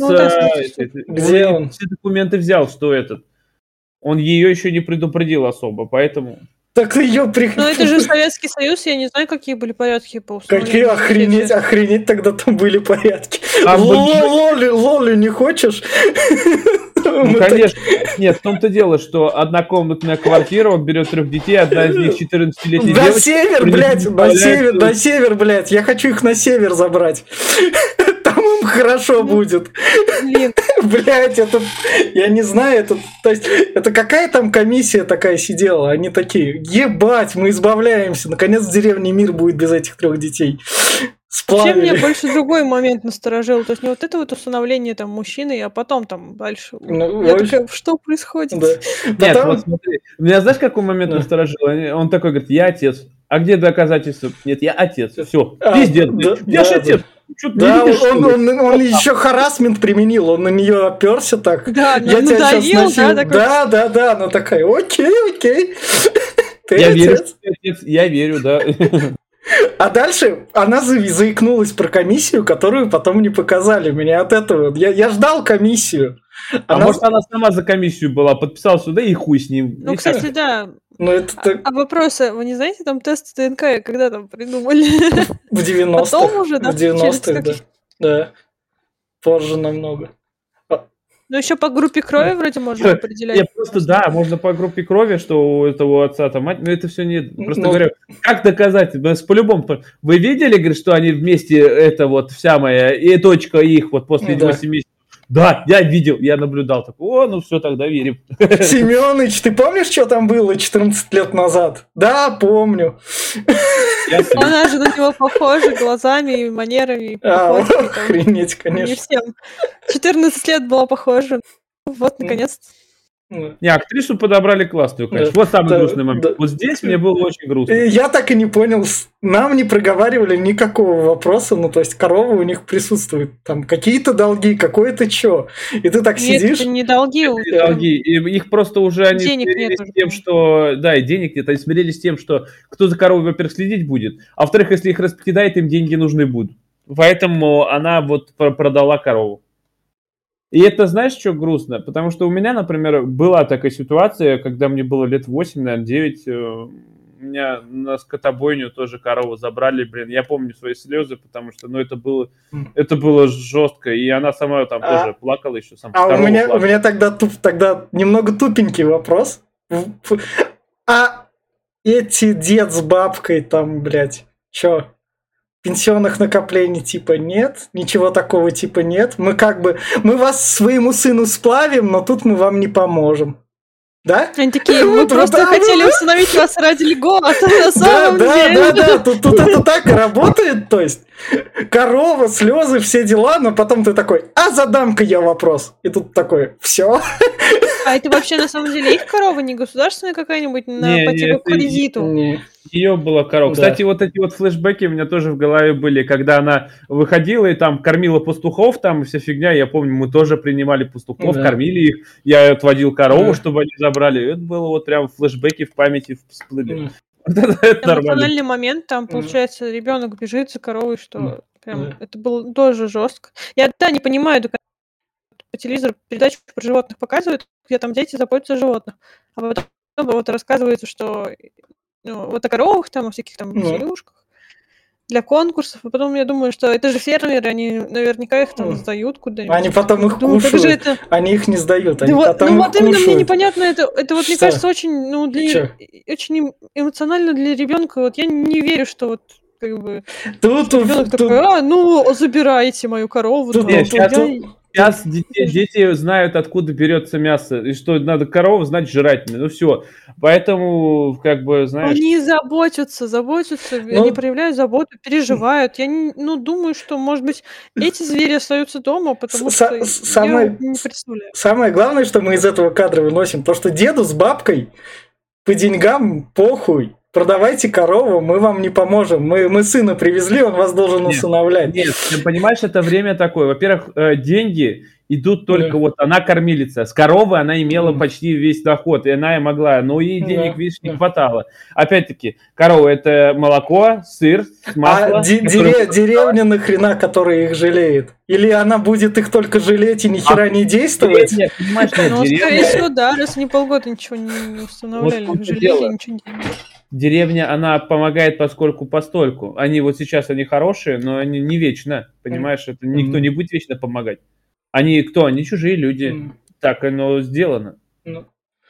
Speaker 1: Где он?
Speaker 3: Все документы взял, что он ее еще не предупредил особо, поэтому...
Speaker 1: Так ее
Speaker 2: Ну это же Советский Союз, я не знаю, какие были порядки по
Speaker 1: Какие
Speaker 2: установлению детей.
Speaker 1: охренеть тогда там были порядки.
Speaker 3: А
Speaker 1: Лоли не хочешь?
Speaker 3: Ну, конечно. Нет, в том-то дело, что однокомнатная квартира, он берет 3 детей, одна из них 14-летняя девочка.
Speaker 1: На север, блядь, я хочу их на север забрать. Там им хорошо будет.
Speaker 2: Блин,
Speaker 1: Блять, я не знаю, то есть, это какая там комиссия такая сидела? Они такие, ебать, мы избавляемся, наконец в деревне мир будет без этих 3 детей.
Speaker 2: вообще меня
Speaker 1: Сплавили.
Speaker 2: больше другой момент насторожил. То есть не вот это вот усыновление там мужчины, а потом там дальше.
Speaker 1: Ну,
Speaker 2: Я
Speaker 1: в общем,
Speaker 2: такая, что происходит?
Speaker 1: Да.
Speaker 3: Нет,
Speaker 1: Потом-
Speaker 3: вот смотри. Меня знаешь, какой момент
Speaker 1: Да.
Speaker 3: насторожил? Он такой говорит, я отец. А где доказательства? Нет, я отец. Все,
Speaker 1: А,
Speaker 3: пиздец.
Speaker 1: да,
Speaker 3: Я ж
Speaker 1: да,
Speaker 3: отец. Чё ты не
Speaker 1: Да,
Speaker 3: видишь, что ли?
Speaker 1: он еще харассмент применил, он на нее оперся так.
Speaker 2: Да,
Speaker 1: Я тебя сейчас
Speaker 2: надавил,
Speaker 1: насилую.
Speaker 2: да, такой.
Speaker 1: Да, она такая, окей. Ты
Speaker 3: Я верю,
Speaker 1: отец.
Speaker 3: что ты отец. Я верю, да.
Speaker 1: А дальше она заикнулась про комиссию, которую потом не показали. Меня от этого... Я ждал комиссию.
Speaker 3: А
Speaker 1: Она-
Speaker 3: может, она сама за комиссию была, подписала сюда и хуй с ним.
Speaker 2: Ну,
Speaker 3: И
Speaker 2: кстати,
Speaker 3: всё.
Speaker 2: да.
Speaker 1: Ну, это так
Speaker 2: А вопросы, вы не знаете, там тест ДНК когда там придумали?
Speaker 1: в 90-х.
Speaker 2: Потом уже, да,
Speaker 1: В 90-х, да.
Speaker 2: через
Speaker 1: Да. Позже намного.
Speaker 2: Ну, еще по группе крови вроде можно определять.
Speaker 3: Я просто, да, можно по группе крови, что у этого отца там мать, но это все не... Просто
Speaker 1: Ну,
Speaker 3: говорю, как доказать? По-любому. Вы видели, говорит, что они вместе, это вот вся моя, и дочка их вот после
Speaker 1: Да.
Speaker 3: 8 месяцев? Да, я видел, я наблюдал. Так, ну все, тогда верим.
Speaker 1: Семёныч, ты помнишь, что там было 14 лет назад? Да, помню.
Speaker 3: Ясно.
Speaker 2: Она же на него похожа глазами, и манерами, и походкой, там.
Speaker 1: Охренеть,
Speaker 2: Не
Speaker 1: конечно.
Speaker 2: всем. 14 лет была похожа. Вот, наконец-то.
Speaker 1: Ну.
Speaker 3: Не, актрису подобрали классную, конечно.
Speaker 1: Да.
Speaker 3: Вот самый
Speaker 1: Да,
Speaker 3: грустный момент.
Speaker 1: да.
Speaker 3: Вот здесь мне было очень грустно.
Speaker 1: Я так и не понял, нам не проговаривали никакого вопроса, ну, то есть корова у них присутствует, там какие-то долги, какое-то чё, и ты так
Speaker 2: Нет,
Speaker 1: сидишь,
Speaker 2: это не долги.
Speaker 3: И долги. И их просто уже они
Speaker 2: Денег
Speaker 3: смирились
Speaker 2: нет
Speaker 3: с тем,
Speaker 2: уже.
Speaker 3: что... Да, и денег нет. Они смирились с тем, что кто за коровой, во-первых, следить будет, а во-вторых, если их раскидает, им деньги нужны будут. Поэтому она вот продала корову. И это, знаешь, что грустно? Потому что у меня, например, была такая ситуация, когда мне было лет 8, наверное, 9, у меня на скотобойню тоже корову забрали, блин. Я помню свои слезы, потому что, это было жестко. И она сама там тоже плакала еще.
Speaker 1: а у меня тогда немного тупенький вопрос. А эти дед с бабкой там, блядь, чё? Пенсионных накоплений типа нет, ничего такого типа нет. Мы вас своему сыну сплавим, но тут мы вам не поможем. Да?
Speaker 2: Они такие, мы
Speaker 1: Вот
Speaker 2: просто
Speaker 1: да,
Speaker 2: хотели
Speaker 1: да.
Speaker 2: установить вас ради льгот, а на самом деле.
Speaker 1: Да. Тут это так и работает, то есть корова, слезы, все дела, но потом ты такой, а задам-ка я вопрос. И тут такой, все.
Speaker 2: А это вообще на самом деле их корова, не государственная какая-нибудь
Speaker 3: Не,
Speaker 2: по типу
Speaker 3: это
Speaker 2: кредиту?
Speaker 3: Ее была корова.
Speaker 1: Да.
Speaker 3: Кстати, вот эти вот флешбеки у меня тоже в голове были, когда она выходила и там кормила пастухов, там вся фигня. Я помню, мы тоже принимали пастухов,
Speaker 1: Да.
Speaker 3: кормили их. Я отводил корову,
Speaker 1: Да.
Speaker 3: чтобы они забрали. Это было вот прям флешбеки в памяти всплыли.
Speaker 1: М,
Speaker 3: Вот это нормально.
Speaker 2: Эмоциональный момент, там,
Speaker 1: Мгм.
Speaker 2: получается, ребенок бежит за коровой, что
Speaker 1: Да.
Speaker 2: прям это было тоже жестко. Я не понимаю, до конца, по телевизору передачу про животных показывают, где там дети заботятся о животных. А потом вот рассказывается, что вот о коровах, там, о всяких там
Speaker 1: Ну.
Speaker 2: зверюшках для конкурсов. И потом я думаю, что это же фермеры, они наверняка их там сдают куда-нибудь.
Speaker 1: Они потом их
Speaker 2: Думаю, как же
Speaker 1: кушают,
Speaker 2: это...
Speaker 1: они их не сдают,
Speaker 2: Да
Speaker 1: они
Speaker 2: вот,
Speaker 1: потом
Speaker 2: ну
Speaker 1: их
Speaker 2: вот именно мне
Speaker 1: кушают.
Speaker 2: непонятно, это вот мне
Speaker 1: Что?
Speaker 2: кажется очень,
Speaker 1: Чё?
Speaker 2: очень эмоционально для ребенка. Вот я не верю, что вот как бы
Speaker 1: Тут,
Speaker 2: ребенок такой, забирайте мою корову.
Speaker 1: Тут-
Speaker 3: Не,
Speaker 1: тут-
Speaker 3: сейчас дети знают, откуда берется мясо, и что надо корову знать жрательно. Ну все. Поэтому, как бы, знаешь,
Speaker 2: Они заботятся,
Speaker 1: Ну,
Speaker 2: они проявляют заботу, переживают. Я думаю, что, может быть, эти звери остаются дома, потому что я
Speaker 1: самое,
Speaker 2: не представляю.
Speaker 1: самое главное, что мы из этого кадра выносим, то, что деду с бабкой по деньгам похуй. Продавайте корову, мы вам не поможем. Мы сына привезли, он вас должен
Speaker 3: Нет,
Speaker 1: усыновлять.
Speaker 3: Нет, ты понимаешь, это время такое. Во-первых, деньги идут только вот она кормилица. С коровы она имела почти весь доход, и она и могла, но ей денег, видишь, не хватало. Опять-таки, корова – это молоко, сыр, масло.
Speaker 1: А деревня нахрена, которая их жалеет? Или она будет их только жалеть и ни хера не действовать?
Speaker 3: Нет, понимаешь, нет,
Speaker 2: Ну, скорее
Speaker 3: деревня,
Speaker 2: всего, да, раз они полгода ничего не устанавливали,
Speaker 3: Вот в том-то
Speaker 2: жалели,
Speaker 3: дело.
Speaker 2: ничего не делали.
Speaker 3: деревня, она помогает поскольку-постольку. Они вот сейчас, они хорошие, но они не вечно, понимаешь, это никто не будет вечно помогать. Они кто? Они чужие люди. Так оно сделано.
Speaker 1: Ну.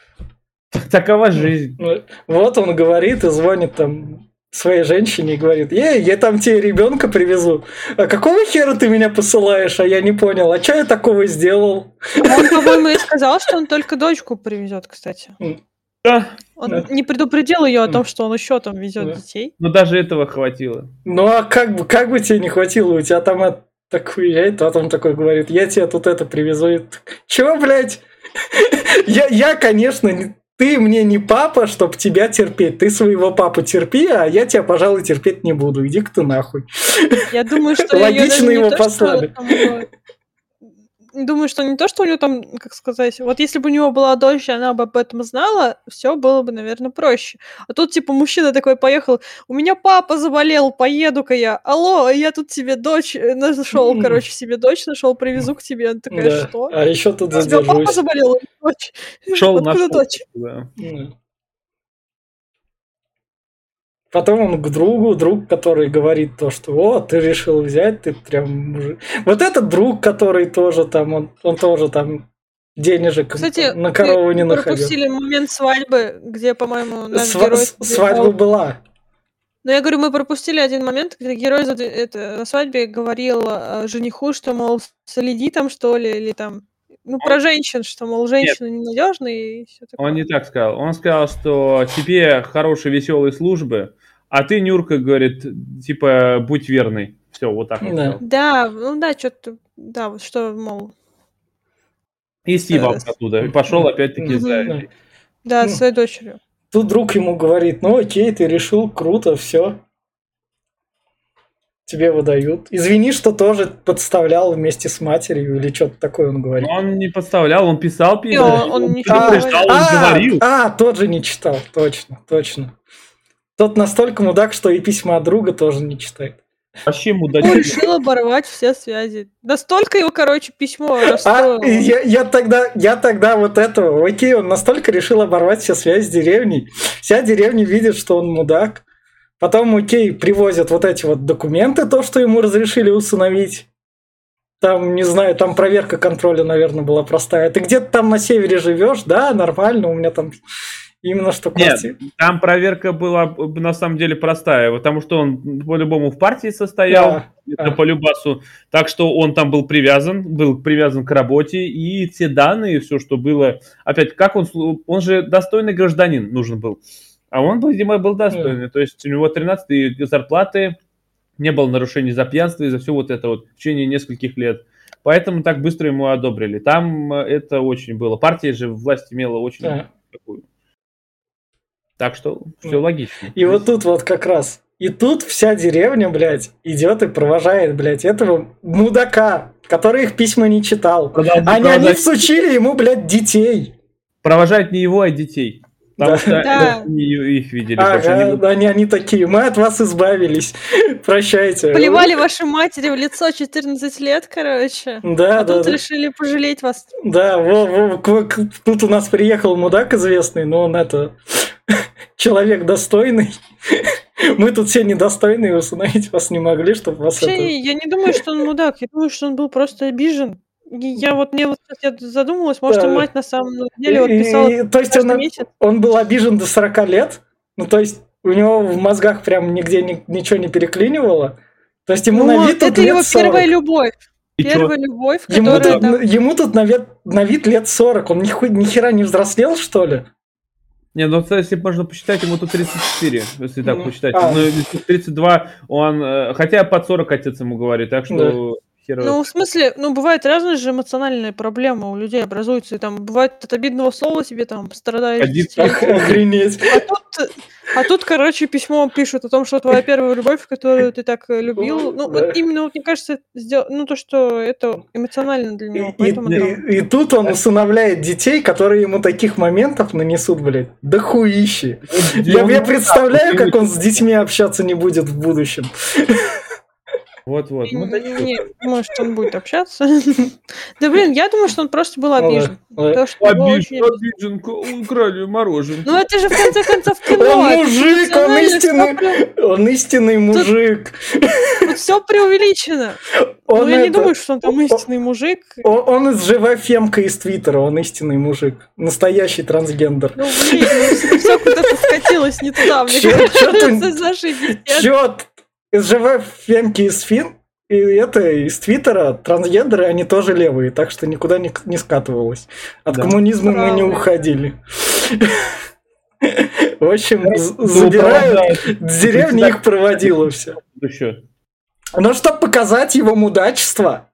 Speaker 3: Такова жизнь.
Speaker 1: Вот он говорит и звонит там своей женщине и говорит: я там тебе ребенка привезу. А какого хера ты меня посылаешь? А я не понял. А что я такого сделал?
Speaker 2: Он, по-моему, и сказал, что он только дочку привезет, кстати.
Speaker 3: Да.
Speaker 2: Он не предупредил ее о том, что он еще там везет детей.
Speaker 3: Но даже этого хватило.
Speaker 1: Ну а как бы тебе не хватило? У тебя там так уезжает, а он такой говорит: я тебе тут это привезу. Чего, блядь? Я, конечно, ты мне не папа, чтоб тебя терпеть. Ты своего папу терпи, а я тебя, пожалуй, терпеть не буду. Иди-ка ты нахуй.
Speaker 2: Я думаю, что
Speaker 1: логично его послали.
Speaker 2: Думаю, что не то, что у него там, как сказать, вот если бы у него была дочь, и она бы об этом знала, все было бы, наверное, проще. А тут, типа, мужчина такой поехал: у меня папа заболел, поеду-ка я. Алло, я тут себе дочь нашел, себе дочь нашел, привезу к тебе. Она такая:
Speaker 1: Да.
Speaker 2: что?
Speaker 1: А еще тут
Speaker 2: У тебя папа
Speaker 1: задержусь.
Speaker 2: заболел, или дочь?
Speaker 3: Шел
Speaker 2: Откуда
Speaker 3: нашел.
Speaker 2: дочь?
Speaker 3: Да.
Speaker 1: Потом он к другу, друг, который говорит то, что ты решил взять, ты прям мужик. Вот этот друг, который тоже там, он тоже там денежек
Speaker 2: Кстати,
Speaker 1: на корову не находил.
Speaker 2: пропустили момент свадьбы, где, по-моему, наш герой...
Speaker 1: Свадьба была.
Speaker 2: Но я говорю, мы пропустили один момент, где герой на свадьбе говорил жениху, что, мол, следи там, что ли, или там... про женщин, что, мол, женщины ненадежные и все такое.
Speaker 3: Он не так сказал. Он сказал, что тебе хорошие, веселые службы, а ты, Нюрка, говорит, типа, будь верной. Все, вот так он сказал.
Speaker 2: Да, что-то, да, вот что, мол...
Speaker 3: И съебал оттуда. И пошел опять-таки за...
Speaker 2: Да, с своей дочерью.
Speaker 1: Тут друг ему говорит: ну окей, ты решил, круто, все. Тебе выдают. Извини, что тоже подставлял вместе с матерью или что-то такое он говорит.
Speaker 3: Он не подставлял, он писал письма.
Speaker 2: Он не
Speaker 3: предупреждал, он говорил.
Speaker 1: Тот же не читал, точно. Тот настолько мудак, что и письма от друга тоже не читает.
Speaker 3: Вообще
Speaker 2: Он
Speaker 3: мудачок.
Speaker 2: решил оборвать все связи. Настолько его, письмо расстроило.
Speaker 1: Я тогда вот этого. Окей, он настолько решил оборвать все связи с деревней. Вся деревня видит, что он мудак. Потом, окей, привозят вот эти вот документы, то, что ему разрешили усыновить. Там, не знаю, там проверка контроля, наверное, была простая. Ты где-то там на севере живешь, да, нормально, у меня там именно что квартира.
Speaker 3: Нет, там проверка была на самом деле простая, потому что он по-любому в партии состоял, по любасу, так что он там был привязан к работе, и все данные, все, что было, опять, как он же достойный гражданин нужен был, а он, видимо, был достойный, то есть у него 13-й зарплаты, не было нарушений за пьянство и за все вот это вот в течение нескольких лет. Поэтому так быстро ему одобрили. Там это очень было. Партия же власть имела очень такую. Так что все логично.
Speaker 1: И вот тут вот как раз. И тут вся деревня, блядь, идет и провожает, блядь, этого мудака, который их письма не читал. Они всучили ему, блядь, детей.
Speaker 3: Провожать не его, а детей. Потому
Speaker 1: Да.
Speaker 3: что
Speaker 2: Да.
Speaker 3: они их видели.
Speaker 1: Ага, они такие, мы от вас избавились. Прощайте.
Speaker 2: Поливали вашей матери в лицо 14 лет, короче.
Speaker 1: Да,
Speaker 2: А
Speaker 1: да,
Speaker 2: тут
Speaker 1: да.
Speaker 2: решили пожалеть вас.
Speaker 1: Да, тут у нас приехал мудак известный, но он человек достойный. Мы тут все недостойные, усыновить вас не могли, чтобы вас
Speaker 2: Вообще, я не думаю, что он мудак. Я думаю, что он был просто обижен. Мне вот я задумалась, может,
Speaker 1: Да.
Speaker 2: мать на самом деле вот писала
Speaker 1: То есть
Speaker 2: каждый месяц.
Speaker 1: он был обижен до 40 лет? Ну, то есть у него в мозгах прям нигде ничего не переклинивало? То есть ему на вид тут
Speaker 2: это
Speaker 1: лет
Speaker 2: его
Speaker 1: 40.
Speaker 2: первая любовь.
Speaker 3: И чё?
Speaker 2: Первая любовь, которая там...
Speaker 1: Ему тут на вид лет 40. Он ни хера не взрослел, что ли?
Speaker 3: Не, ну, если можно посчитать, ему тут 34, если так посчитать.
Speaker 1: А.
Speaker 3: Ну, 32, он... Хотя под 40 отец ему говорит, так что... хер его.
Speaker 2: Ну, в смысле, бывают разные же эмоциональные проблемы у людей образуются, и там бывает от обидного слова тебе там страдает.
Speaker 1: Охренеть.
Speaker 2: А тут, короче, письмо пишут о том, что твоя первая любовь, которую ты так любил, вот именно, вот, мне кажется, то, что это эмоционально для него, поэтому...
Speaker 1: И тут он усыновляет детей, которые ему таких моментов нанесут, блядь, дохуищи. Я представляю, как он с детьми общаться не будет в будущем.
Speaker 3: Вот-вот.
Speaker 2: Не думаю, что он будет общаться. Да блин, я думаю, что он просто был обижен.
Speaker 3: Обижен, украли мороженое.
Speaker 2: Ну это же в конце концов кино.
Speaker 1: Он мужик, он истинный мужик.
Speaker 2: Тут все преувеличено. Я не думаю, что он там истинный мужик.
Speaker 1: Он из живая фемка из Твиттера, он истинный мужик. Настоящий трансгендер.
Speaker 2: Ну блин, все куда-то скатилось не туда, мне кажется, с нашей беседы.
Speaker 1: Чё? Из живой фемки из Фин и из Твиттера трансгендеры, они тоже левые, так что никуда не скатывалось. От коммунизма мы не уходили. В общем, забирают, деревня их проводила все. Но чтобы показать его мудачество,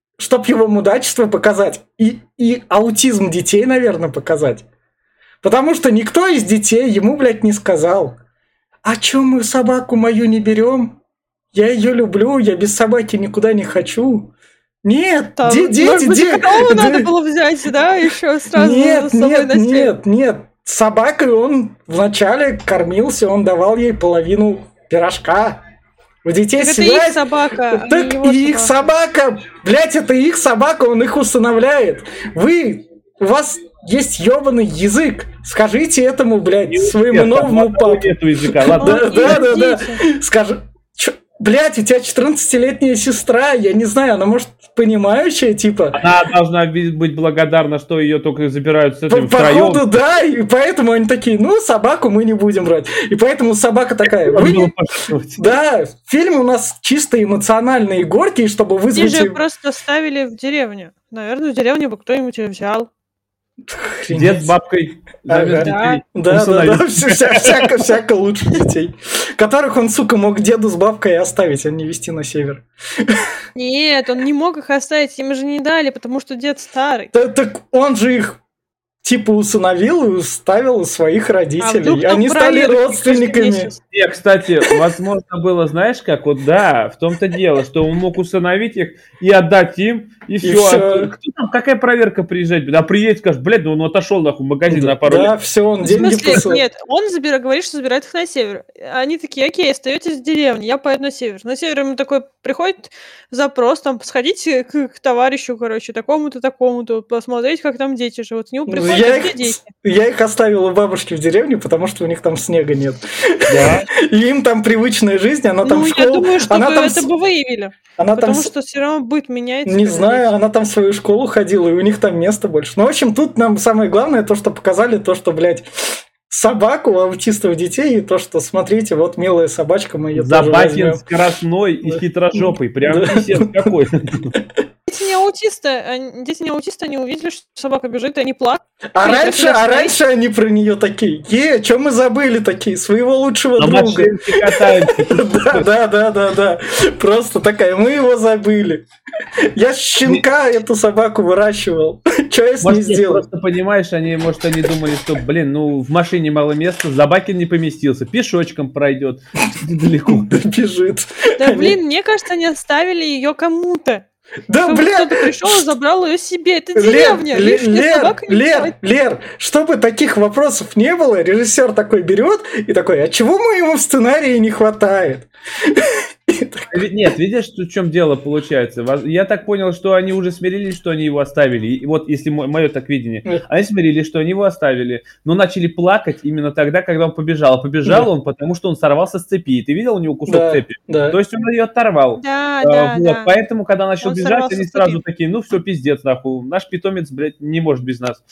Speaker 1: показать, и аутизм детей, наверное, показать. Потому что никто из детей ему, блядь, не сказал: а чё мы собаку мою не берем? Я ее люблю, я без собаки никуда не хочу. Нет, дети...
Speaker 2: надо было взять, да, еще сразу с собой на стену.
Speaker 1: Нет. Собакой он вначале кормился, он давал ей половину пирожка. У детей
Speaker 2: так
Speaker 1: связь...
Speaker 2: это их собака,
Speaker 1: так их собака. Блядь, это их собака, он их усыновляет. У вас есть ёбаный язык. Скажите этому, блядь, своему новому папу.
Speaker 3: Нету языка, ладно.
Speaker 1: Да. Скажи... Блядь, у тебя 14-летняя сестра, я не знаю, она может понимающая, типа...
Speaker 3: Она должна быть благодарна, что ее только забирают с этим втроем.
Speaker 1: Походу, да, и поэтому они такие, собаку мы не будем брать. И поэтому собака такая... Да, фильм у нас чисто эмоциональный и горький, чтобы вызвать...
Speaker 2: Они же просто ставили в деревню. Наверное, в деревню бы кто-нибудь ее взял.
Speaker 3: Дед с бабкой завез детей.
Speaker 1: Да, всяко лучше детей. Которых он, сука, мог деду с бабкой оставить, а не везти на север.
Speaker 2: Нет, он не мог их оставить, им же не дали, потому что дед старый.
Speaker 1: Так он же их типа усыновил и ставил своих родителей. Они стали родственниками.
Speaker 3: И, кстати, возможно было, знаешь как, в том-то дело, что он мог усыновить их и отдать им, и все. Какая проверка приезжать? Да приедет, скажет, блядь, он отошел нахуй в магазин на пару лет.
Speaker 1: Да, все, он деньги посылает.
Speaker 2: Нет, он говорит, что забирает их на север. Они такие, окей, остаетесь в деревне, я поеду на север. На север ему такой приходит запрос, там, сходите к товарищу, такому-то, такому-то, посмотреть, как там дети живут. К нему приходят.
Speaker 1: Я их оставил у бабушки в деревне, потому что у них там снега нет. Да. И им там привычная жизнь, она там в школу...
Speaker 2: Я думаю, что это бы выявили. Потому что все равно быт меняется.
Speaker 1: Не знаю, она там в свою школу ходила, и у них там места больше. Ну, в общем, тут нам самое главное, то, что показали, то, что, блядь, собаку аутистов детей, и то, что, смотрите, вот милая собачка, мы ее тоже возьмем.
Speaker 3: Забатин скоростной и хитрожопый, прям писец какой-то.
Speaker 2: Эти не дети не аутисты, они увидели, что собака бежит, и они плакали.
Speaker 1: А
Speaker 2: Или
Speaker 1: раньше,
Speaker 2: просили остановить.
Speaker 1: раньше они про нее такие. Что мы забыли такие? Своего лучшего
Speaker 3: На
Speaker 1: друга.
Speaker 3: машинке катаемся.
Speaker 1: Да. Просто такая, мы его забыли. Я с щенка эту собаку выращивал. Что я с ней
Speaker 3: Может,
Speaker 1: сделал?
Speaker 3: просто понимаешь, они думали, что, в машине мало места, Забакин не поместился, пешочком пройдет далеко.
Speaker 1: Бежит.
Speaker 2: Да, блин, мне кажется, они оставили ее кому-то.
Speaker 1: Да,
Speaker 2: Чтобы
Speaker 1: бля,
Speaker 2: кто-то пришел и забрал ее себе. Это деревня. Лишняя собака не мешает.
Speaker 1: Лер, чтобы таких вопросов не было, режиссер такой берет и такой, а чего моему в сценарии не хватает?
Speaker 3: Нет, видишь, в чем дело получается? Я так понял, что они уже смирились, что они его оставили. И вот если мое так видение, они смирились, что они его оставили, но начали плакать именно тогда, когда он побежал. Побежал он, потому что он сорвался с цепи. Ты видел у него кусок цепи? То есть он ее оторвал.
Speaker 2: Да.
Speaker 3: Поэтому, когда начал
Speaker 2: Он
Speaker 3: бежать,
Speaker 2: сорвался
Speaker 3: они
Speaker 2: с
Speaker 3: сразу
Speaker 2: цепи.
Speaker 3: такие, ну все, пиздец, нахуй. Наш питомец, блядь, не может без нас.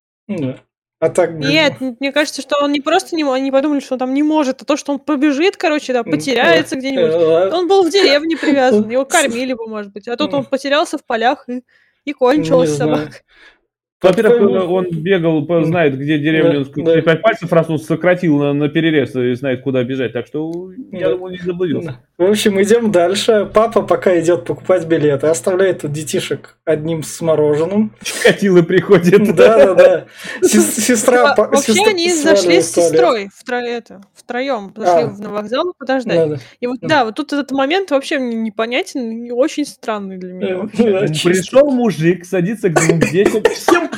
Speaker 1: А так,
Speaker 2: Нет, мне кажется, что он не просто не они подумали, что он там не может, а то, что он побежит, короче, да, потеряется где-нибудь. Он был в деревне привязан, его кормили бы, может быть. А тут он потерялся в полях и кончилась собака.
Speaker 3: Во-первых, он бегал, знает, где деревня, он 5 пальцев раз он сократил на перерез и знает, куда бежать, так что я думаю, не заблудился.
Speaker 1: В общем, идем дальше. Папа пока идет покупать билеты, оставляет тут детишек одним с мороженым.
Speaker 3: Чикатило приходит.
Speaker 1: Да. Сестра...
Speaker 2: Вообще они зашли с сестрой втроем, зашли на вокзал подождать. И вот да, вот тут этот момент вообще мне непонятен и очень странный для меня вообще.
Speaker 3: Пришел мужик, садится к двум детям, всем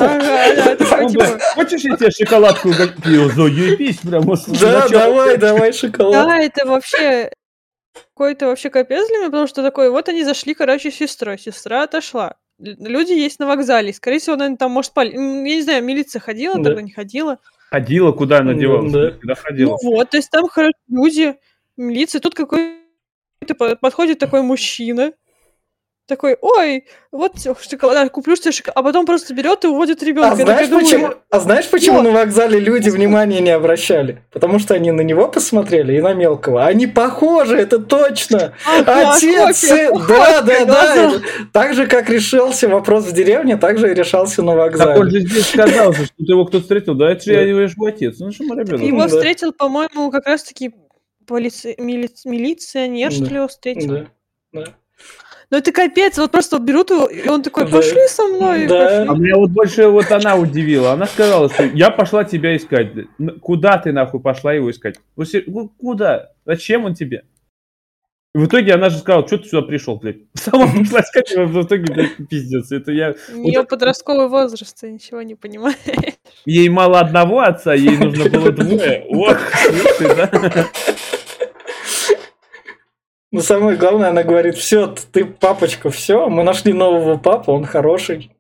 Speaker 3: хочешь, я тебе шоколадку заебись прямо?
Speaker 1: Да, давай шоколад.
Speaker 2: Да, это вообще какой-то вообще капец для меня, потому что такой, вот они зашли, короче, с сестрой. Сестра отошла. Люди есть на вокзале. Скорее всего, наверное, там, может, я не знаю, милиция ходила, тогда не ходила.
Speaker 3: Ходила, куда она девалась? Куда ходила?
Speaker 2: Ну вот, то есть там, короче, люди, милиция. Тут какой-то подходит такой мужчина. Такой, ой, вот шоколад, куплю тебе шоколад, а потом просто берет и уводит ребенка.
Speaker 1: Знаешь, почему на вокзале люди внимания не обращали? Потому что они на него посмотрели и на мелкого. Они похожи, это точно. Отец, сын. Да. Так же, как решился вопрос в деревне, так же и решался на вокзале.
Speaker 3: Так он же здесь сказал, что его кто-то встретил. Да, это же я его отец. Ну что мы, ребята?
Speaker 2: Его встретил, по-моему, как раз-таки милиционер, что ли, его встретил.
Speaker 1: Да.
Speaker 2: Ну это капец, вот просто вот берут его, и он такой, пошли со мной.
Speaker 1: Да.
Speaker 3: А меня вот больше вот она удивила. Она сказала, что я пошла тебя искать. Куда ты нахуй пошла его искать? Куда? Зачем он тебе? И в итоге она же сказала, что ты сюда пришел, блядь. Сама пошла искать его, в итоге, блядь, пиздец. Это я...
Speaker 2: У нее подростковый возраст, ты ничего не понимаешь.
Speaker 3: Ей мало одного отца, ей нужно было двое. Ох, слушай, да?
Speaker 1: Но самое главное, она говорит, все, ты папочка, все, мы нашли нового папу, он хороший.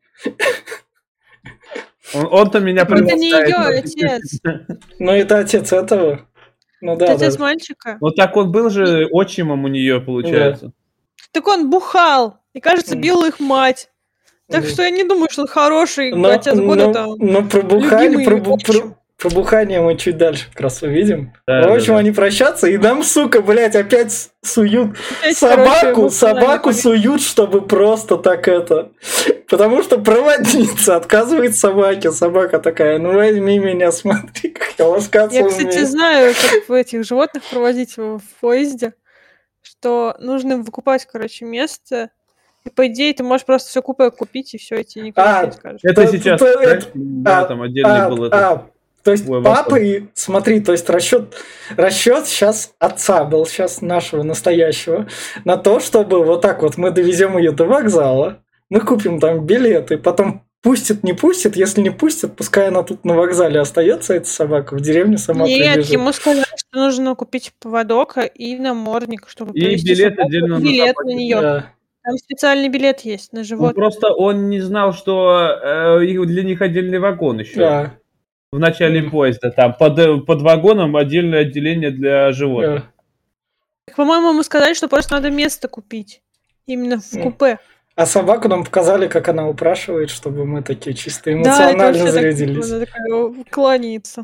Speaker 3: Он-то меня
Speaker 2: это не ее отец.
Speaker 1: Ну, это отец этого. Ну да.
Speaker 2: Отец мальчика.
Speaker 3: Вот так он был же отчимом у нее, получается.
Speaker 2: Так он бухал, и, кажется, бил их мать. Так что я не думаю, что он хороший отец года там.
Speaker 1: Но про бухание мы чуть дальше как раз увидим.
Speaker 3: Да,
Speaker 1: в общем, они прощаются, и нам, сука, блядь, опять суют собаку суют, чтобы просто так это... Потому что проводница отказывает собаке. Собака такая, ну возьми меня, смотри, как я ласкаться умею.
Speaker 2: Я, кстати, знаю, как этих животных проводить в поезде, что нужно им выкупать, короче, место. И по идее ты можешь просто все купе купить, и все, и тебе никто не скажет.
Speaker 3: Это сейчас, там отдельный был этот...
Speaker 1: То есть папа, смотри, то есть расчет сейчас отца был, сейчас нашего настоящего, на то, чтобы вот так вот мы довезем ее до вокзала, мы купим там билеты, потом пустит, не пустит, если не пустит, пускай она тут на вокзале остается, эта собака, в деревне сама прибежит.
Speaker 2: Нет, ему сказали, что нужно купить поводок и намордник, чтобы
Speaker 3: привезти билет отдельно
Speaker 2: билет на нее. Да. Там специальный билет есть на животных.
Speaker 3: Просто он не знал, что для них отдельный вагон еще.
Speaker 1: Да.
Speaker 3: В начале поезда там под вагоном отдельное отделение для животных.
Speaker 2: По-моему, ему сказали, что просто надо место купить. Именно в купе.
Speaker 1: А собаку нам показали, как она упрашивает, чтобы мы такие чисто эмоционально зарядились.
Speaker 2: Она такая кланяется.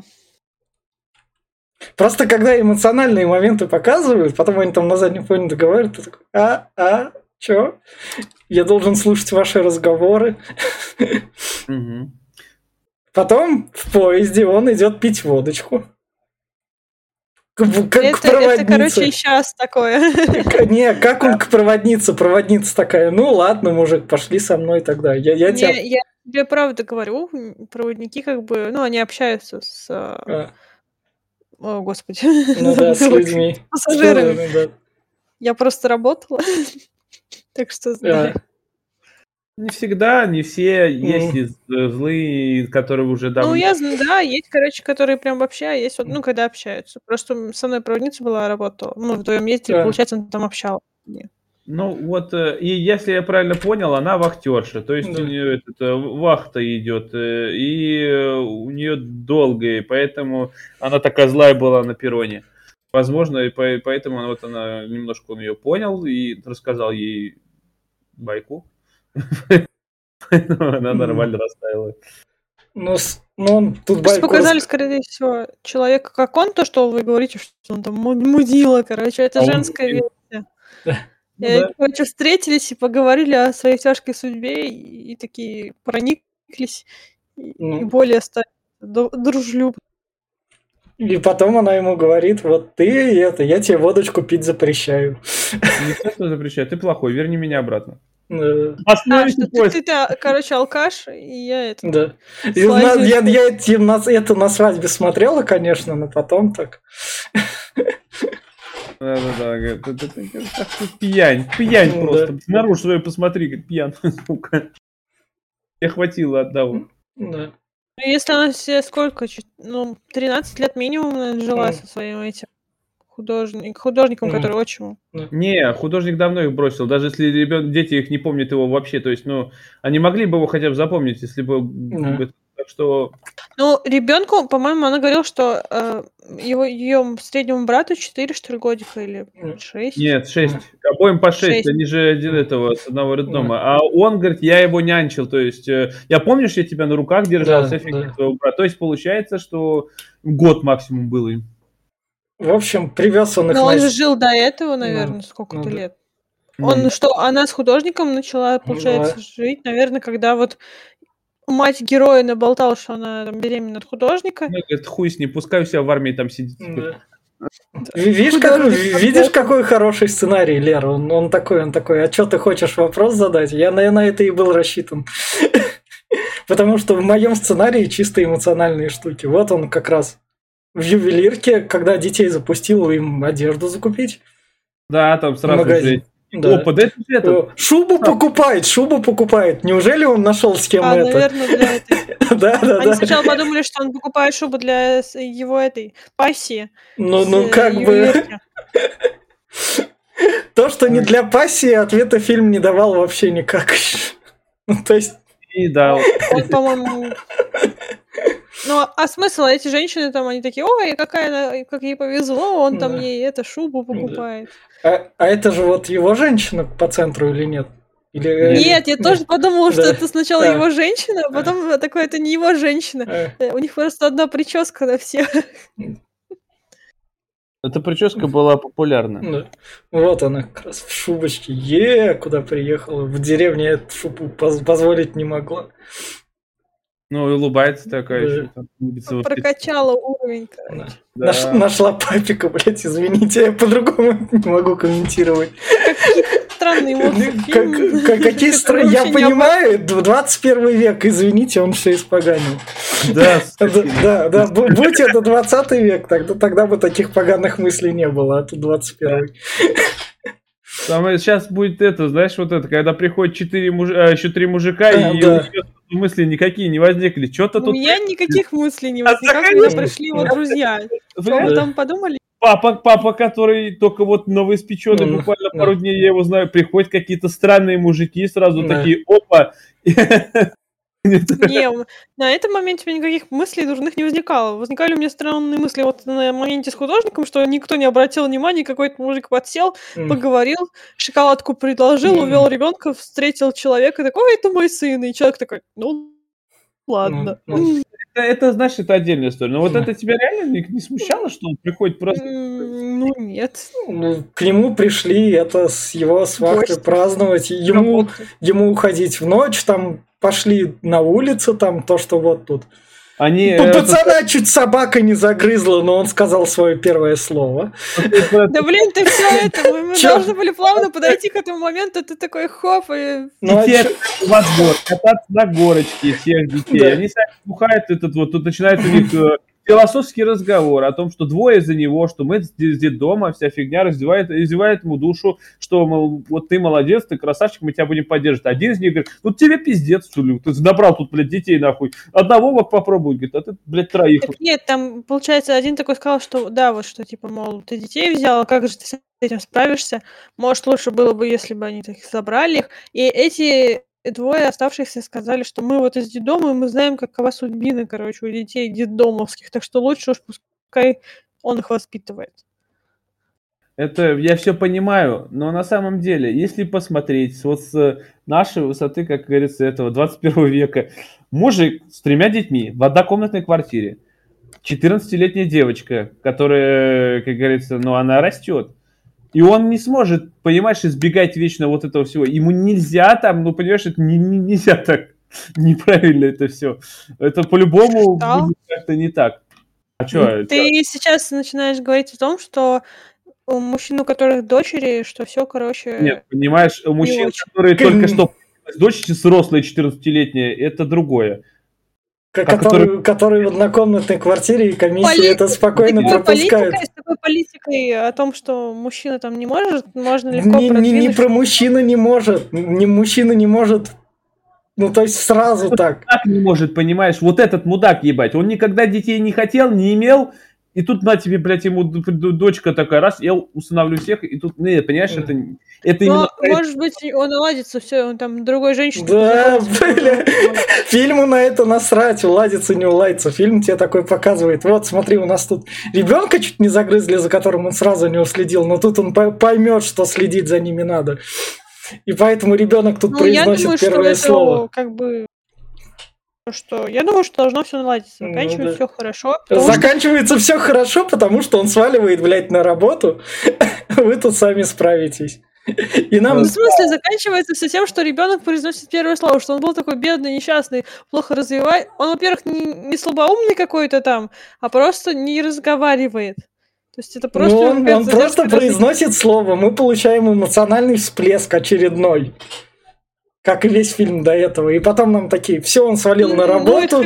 Speaker 1: Просто когда эмоциональные моменты показывают, потом они там на заднем фоне договаривают, ты такой, Чё? Я должен слушать ваши разговоры.
Speaker 3: Мгм.
Speaker 1: Потом в поезде он идет пить водочку. Как к
Speaker 2: Это, короче, и
Speaker 1: проводнице.
Speaker 2: сейчас такое.
Speaker 1: Не, как он к проводнице? Проводница такая, ну ладно, мужик, пошли со мной тогда. Я тебя...
Speaker 2: Не, я тебе правду говорю, проводники как бы, ну, они общаются с... О, господи,
Speaker 1: Ну да, с
Speaker 2: забыла,
Speaker 1: людьми.
Speaker 2: с пассажирами.
Speaker 1: Да.
Speaker 2: Я просто работала, так что знаю.
Speaker 3: Не всегда, не все. Есть и злые, которые уже
Speaker 2: Ну,
Speaker 3: давно...
Speaker 2: я знаю, да, есть, короче, которые прям вообще, а есть вот, ну, когда общаются. Просто со мной проводница была, работала. Мы вдвоем ездили,
Speaker 1: Да.
Speaker 2: получается, она там общалась.
Speaker 3: Ну вот, и если я правильно понял, она вахтерша, то есть
Speaker 1: Да.
Speaker 3: у нее вахта идет, и у нее долгая, поэтому она такая злая была на перроне. Возможно, и поэтому вот она немножко он ее понял и рассказал ей байку. Поэтому она нормально расставила.
Speaker 1: Ну, он тут
Speaker 2: Просто
Speaker 1: байку
Speaker 2: показали, скорее всего, человека как он, то, что вы говорите, что он там мудила, короче, это
Speaker 3: А он
Speaker 2: женская
Speaker 3: мудила.
Speaker 2: версия.
Speaker 3: Ну
Speaker 2: И они,
Speaker 3: да.
Speaker 2: короче, встретились и поговорили о своей тяжкой судьбе, и такие прониклись, и
Speaker 1: Ну.
Speaker 2: более стали дружелюбны.
Speaker 1: И потом она ему говорит, вот ты это, я тебе водочку пить запрещаю.
Speaker 3: Естественно, запрещаю. Ты плохой, верни меня обратно.
Speaker 1: Да.
Speaker 2: Что ты, короче, алкаш, и я это...
Speaker 1: Да. И
Speaker 2: слазила.
Speaker 1: я это на свадьбе смотрела, конечно, но потом так.
Speaker 3: Да. Говорит, ты пьянь
Speaker 1: Ну,
Speaker 3: просто.
Speaker 1: да.
Speaker 3: Наружу свою посмотри, говорит, пьян, сука. Мне хватило одного.
Speaker 1: Да.
Speaker 2: Если она себе сколько, 13 лет минимум, наверное, жила
Speaker 1: Мгм.
Speaker 2: со своим этим художником,
Speaker 1: Мгм.
Speaker 2: который отчимом.
Speaker 3: Не, художник давно их бросил, даже если дети их не помнят его вообще, то есть, ну, они могли бы его хотя бы запомнить, если бы...
Speaker 1: Да.
Speaker 3: Так что...
Speaker 2: Ну, ребенку, по-моему, она говорила, что ее среднему брату 4, что ли, годика или 6.
Speaker 3: Нет, 6. Обоим по 6.
Speaker 2: 6.
Speaker 3: Они же один этого, с одного роддома. А он говорит, я его нянчил. То есть, я помнишь, я тебя на руках держал,
Speaker 1: Да,
Speaker 3: с эффектом
Speaker 1: да.
Speaker 3: твоего брата. То есть, получается, что год максимум было им.
Speaker 1: В общем, привез он их
Speaker 2: Но
Speaker 1: на...
Speaker 2: он же жил до этого, наверное, сколько-то
Speaker 1: да.
Speaker 2: лет.
Speaker 3: Ну,
Speaker 2: Она с художником начала, получается,
Speaker 1: Да.
Speaker 2: жить, наверное, когда вот мать героя наболтала, что она там беременна от художника.
Speaker 3: ну, говорит, хуй с ним, пускай у себя в армии там сидит.
Speaker 1: Да. Видишь, какой хороший сценарий, Лера? Он такой, а что ты хочешь вопрос задать? Я, наверное, на это и был рассчитан. Потому что в моем сценарии чисто эмоциональные штуки. Вот он как раз в ювелирке, когда детей запустил, им одежду закупить.
Speaker 3: Да, там сразу
Speaker 1: магазин.
Speaker 3: же...
Speaker 1: Да.
Speaker 3: Опа, да это...
Speaker 1: Шубу покупает. Неужели он нашел с кем это?
Speaker 2: Наверное, для этой.
Speaker 1: Да.
Speaker 2: Они сначала подумали, что он покупает шубу для его этой пассии.
Speaker 1: Ну как бы... То, что не для пассии, ответа фильм не давал вообще никак. Ну, то есть...
Speaker 3: И да.
Speaker 2: Он, по-моему... Ну, а смысл? Эти женщины там, они такие, ой, как ей повезло, он там ей эту шубу покупает.
Speaker 1: А это же вот его женщина по центру или нет?
Speaker 2: Нет, я тоже подумала, что это сначала
Speaker 1: Да.
Speaker 2: его женщина, а потом такое, это не его женщина. У них просто одна прическа на всех.
Speaker 3: Эта прическа была популярна.
Speaker 1: Да. Вот она как раз в шубочке. Куда приехала. В деревне я эту шубу позволить не могла.
Speaker 3: Ну, и улыбается такая
Speaker 1: Да.
Speaker 3: еще. Там,
Speaker 2: Прокачала уровень, короче.
Speaker 3: Да.
Speaker 1: Нашла папика, блядь, извините, я по-другому не могу комментировать.
Speaker 2: Какие странные эмоции.
Speaker 1: Какие странные? Я понимаю, 21 век, извините, он все испоганил. Да, будь это 20 век, тогда бы таких поганых мыслей не было, а тут 21.
Speaker 3: Сейчас будет это, знаешь, вот это, когда приходит еще 3 мужика, и у нее мысли никакие не возникли. Что-то тут...
Speaker 2: У меня никаких мыслей не возникло, когда пришли его друзья. Что вы там подумали?
Speaker 3: Папа, который только вот новоиспеченный, буквально пару дней я его знаю, приходят какие-то странные мужики, сразу такие, опа.
Speaker 2: Не, на этом моменте у меня никаких мыслей дурных не возникало. Возникали у меня странные мысли вот на моменте с художником, что никто не обратил внимания, какой-то мужик подсел, поговорил, шоколадку предложил, увел ребенка, встретил человека, такой, это мой сын. И человек такой, ну Ладно.
Speaker 3: Это, знаешь, это отдельная история. Но вот это тебя реально не смущало, что он приходит просто...
Speaker 2: Ну, нет.
Speaker 1: К нему пришли, это с его свахты
Speaker 2: Гости.
Speaker 1: праздновать. Ему уходить в ночь, там пошли на улицу, там то, что вот тут.
Speaker 3: Они...
Speaker 1: Пацана чуть собака не загрызла, но он сказал свое первое слово.
Speaker 2: Да блин, ты все это, мы
Speaker 1: Чё?
Speaker 2: должны были плавно подойти к этому моменту, ты такой хоп, и...
Speaker 1: Ну, а
Speaker 3: Детей
Speaker 1: чё-
Speaker 3: во двор, кататься на горочке всех детей.
Speaker 1: Да.
Speaker 3: Они сами бухают тут начинается у них философский разговор о том, что двое за него, что мы здесь дома, вся фигня издевает ему душу, что, мол, вот ты молодец, ты красавчик, мы тебя будем поддерживать. Один из них говорит, ну тебе пиздец, что ли, ты набрал тут, блядь, детей нахуй. Одного вот попробуй, говорит, а ты, блядь, троих.
Speaker 2: Так нет, там, получается, один такой сказал, что да, вот что, типа, мол, ты детей взял, а как же ты с этим справишься? Может, лучше было бы, если бы они так забрали их. И эти двое оставшихся сказали, что мы вот из детдома, и мы знаем, какова судьбина, короче, у детей детдомовских, так что лучше уж пускай он их воспитывает.
Speaker 3: Это я все понимаю, но на самом деле, если посмотреть вот с нашей высоты, как говорится, этого 21 века, мужик с 3 детьми в однокомнатной квартире, 14-летняя девочка, которая, как говорится, ну она растет, и он не сможет, понимаешь, избегать вечно вот этого всего. Ему нельзя там, ну понимаешь, это нельзя так, неправильно это все. Это по-любому
Speaker 2: Что?
Speaker 3: будет как-то не так. А что?
Speaker 2: Ты сейчас начинаешь говорить о том, что у мужчин, у которых дочери, что все,
Speaker 3: Нет,
Speaker 2: короче,
Speaker 3: понимаешь, у мужчин,
Speaker 2: очень.
Speaker 3: которые только что дочь взрослая 14-летняя, это другое.
Speaker 1: Который в однокомнатной квартире, и комиссии это спокойно пропускают.
Speaker 2: С такой политикой о том, что мужчина там не может, можно легко
Speaker 1: Не
Speaker 2: продвинуть.
Speaker 1: про мужчина не может. Мужчина не может. Ну, то есть сразу так.
Speaker 3: Так не может, понимаешь, вот этот мудак, ебать, он никогда детей не хотел, не имел, и тут на тебе, блядь, ему дочка такая, раз, я усыновлю всех, и тут, нет, понимаешь, это
Speaker 2: Но,
Speaker 3: именно...
Speaker 2: может быть, он наладится, все, он там другой женщине.
Speaker 1: Да, бля. Фильму на это насрать, уладится, не уладится. Фильм тебе такой показывает. Вот, смотри, у нас тут ребенка чуть не загрызли, за которым он сразу не уследил, но тут он поймет, что следить за ними надо. И поэтому ребенок тут произносит первое слово.
Speaker 2: Я думаю, что должно все наладиться. Заканчивается все хорошо.
Speaker 1: Заканчивается все хорошо, потому что он сваливает, блядь, на работу. Вы тут сами справитесь. И нам...
Speaker 2: В смысле, заканчивается все тем, что ребенок произносит первое слово, что он был такой бедный, несчастный, плохо развивает. Он, во-первых, не слабоумный какой-то там, а просто не разговаривает. То есть это просто...
Speaker 1: он просто произносит слово. Мы получаем эмоциональный всплеск очередной. Как и весь фильм до этого. И потом нам такие, все, он свалил на работу.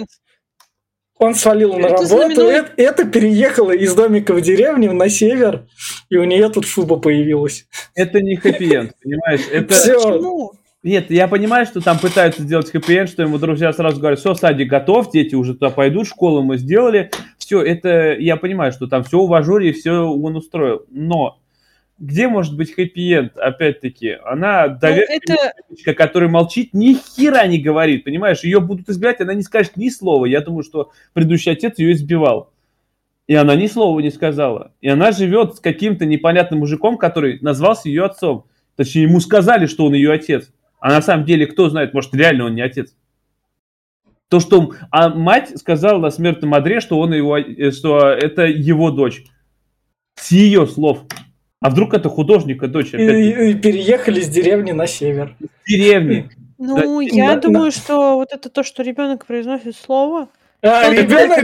Speaker 1: Он свалил на работу. Это переехало из домика в деревню на север, и у нее тут шуба появилась.
Speaker 3: Это не хэппи-энд, понимаешь? Это...
Speaker 2: Почему?
Speaker 3: Нет, я понимаю, что там пытаются сделать хэппи-энд, что ему друзья сразу говорят, все, садик готов, дети уже туда пойдут, школу мы сделали. Все, это я понимаю, что там все в ажуре, все он устроил. Но где может быть хэппи-энд? Опять-таки, она доверчивая девочка, которая молчит, ни хера не говорит, понимаешь? Ее будут избивать, она не скажет ни слова. Я думаю, что предыдущий отец ее избивал. И она ни слова не сказала. И она живет с каким-то непонятным мужиком, который назвался ее отцом. Точнее, ему сказали, что он ее отец. А на самом деле, кто знает, может, реально он не отец. То, что мать сказала на смертном одре, что это его дочь. С ее слов. А вдруг это художника дочь?
Speaker 1: И переехали с деревни на север.
Speaker 3: С деревни.
Speaker 2: Ну, я думаю, что вот это то, что ребенок произносит слово.
Speaker 1: Ребенок,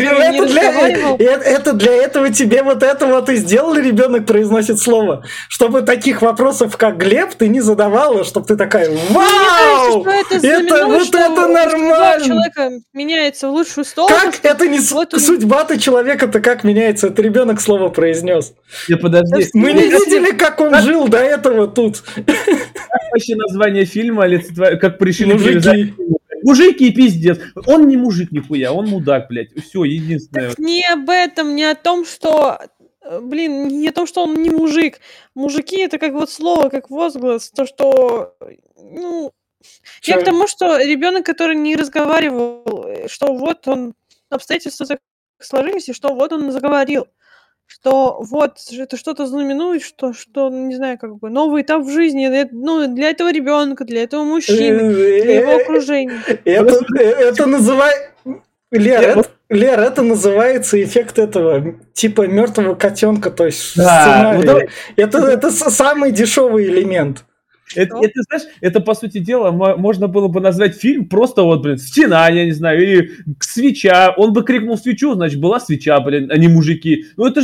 Speaker 1: это для этого тебе вот это вот и сделал, ребенок произносит слово. Чтобы таких вопросов, как Глеб, ты не задавала, чтобы ты такая, вау! Это вот это нормально!
Speaker 2: Человека меняется в лучшую сторону.
Speaker 1: Как это не судьба-то человека-то как меняется? Это ребенок слово произнес.
Speaker 3: Подожди.
Speaker 1: Мы не видели, как он жил до этого тут.
Speaker 3: Как вообще название фильма, как пришли
Speaker 1: мужики?
Speaker 3: Мужики и пиздец. Он не мужик нихуя, он мудак, блядь. Все, единственное.
Speaker 2: Так не об этом, не о том, что... Блин, не о том, что он не мужик. Мужики — это как вот слово, как возглас. То, что... Ну... Я к тому, что ребенок, который не разговаривал, что вот он... Обстоятельства так сложились, и что вот он заговорил. что вот это что-то знаменует, что, не знаю, как бы новый этап в жизни, ну, для этого ребенка, для этого мужчины, для его окружения.
Speaker 1: Это называется... Лер, это называется эффект этого, типа мертвого котенка, то есть
Speaker 3: Да,
Speaker 1: сценария. Это самый дешевый элемент.
Speaker 3: Это, знаешь, это, по сути дела, можно было бы назвать фильм просто вот, блин, стена, я не знаю, или свеча. Он бы крикнул свечу, значит, была свеча, блин, а не мужики.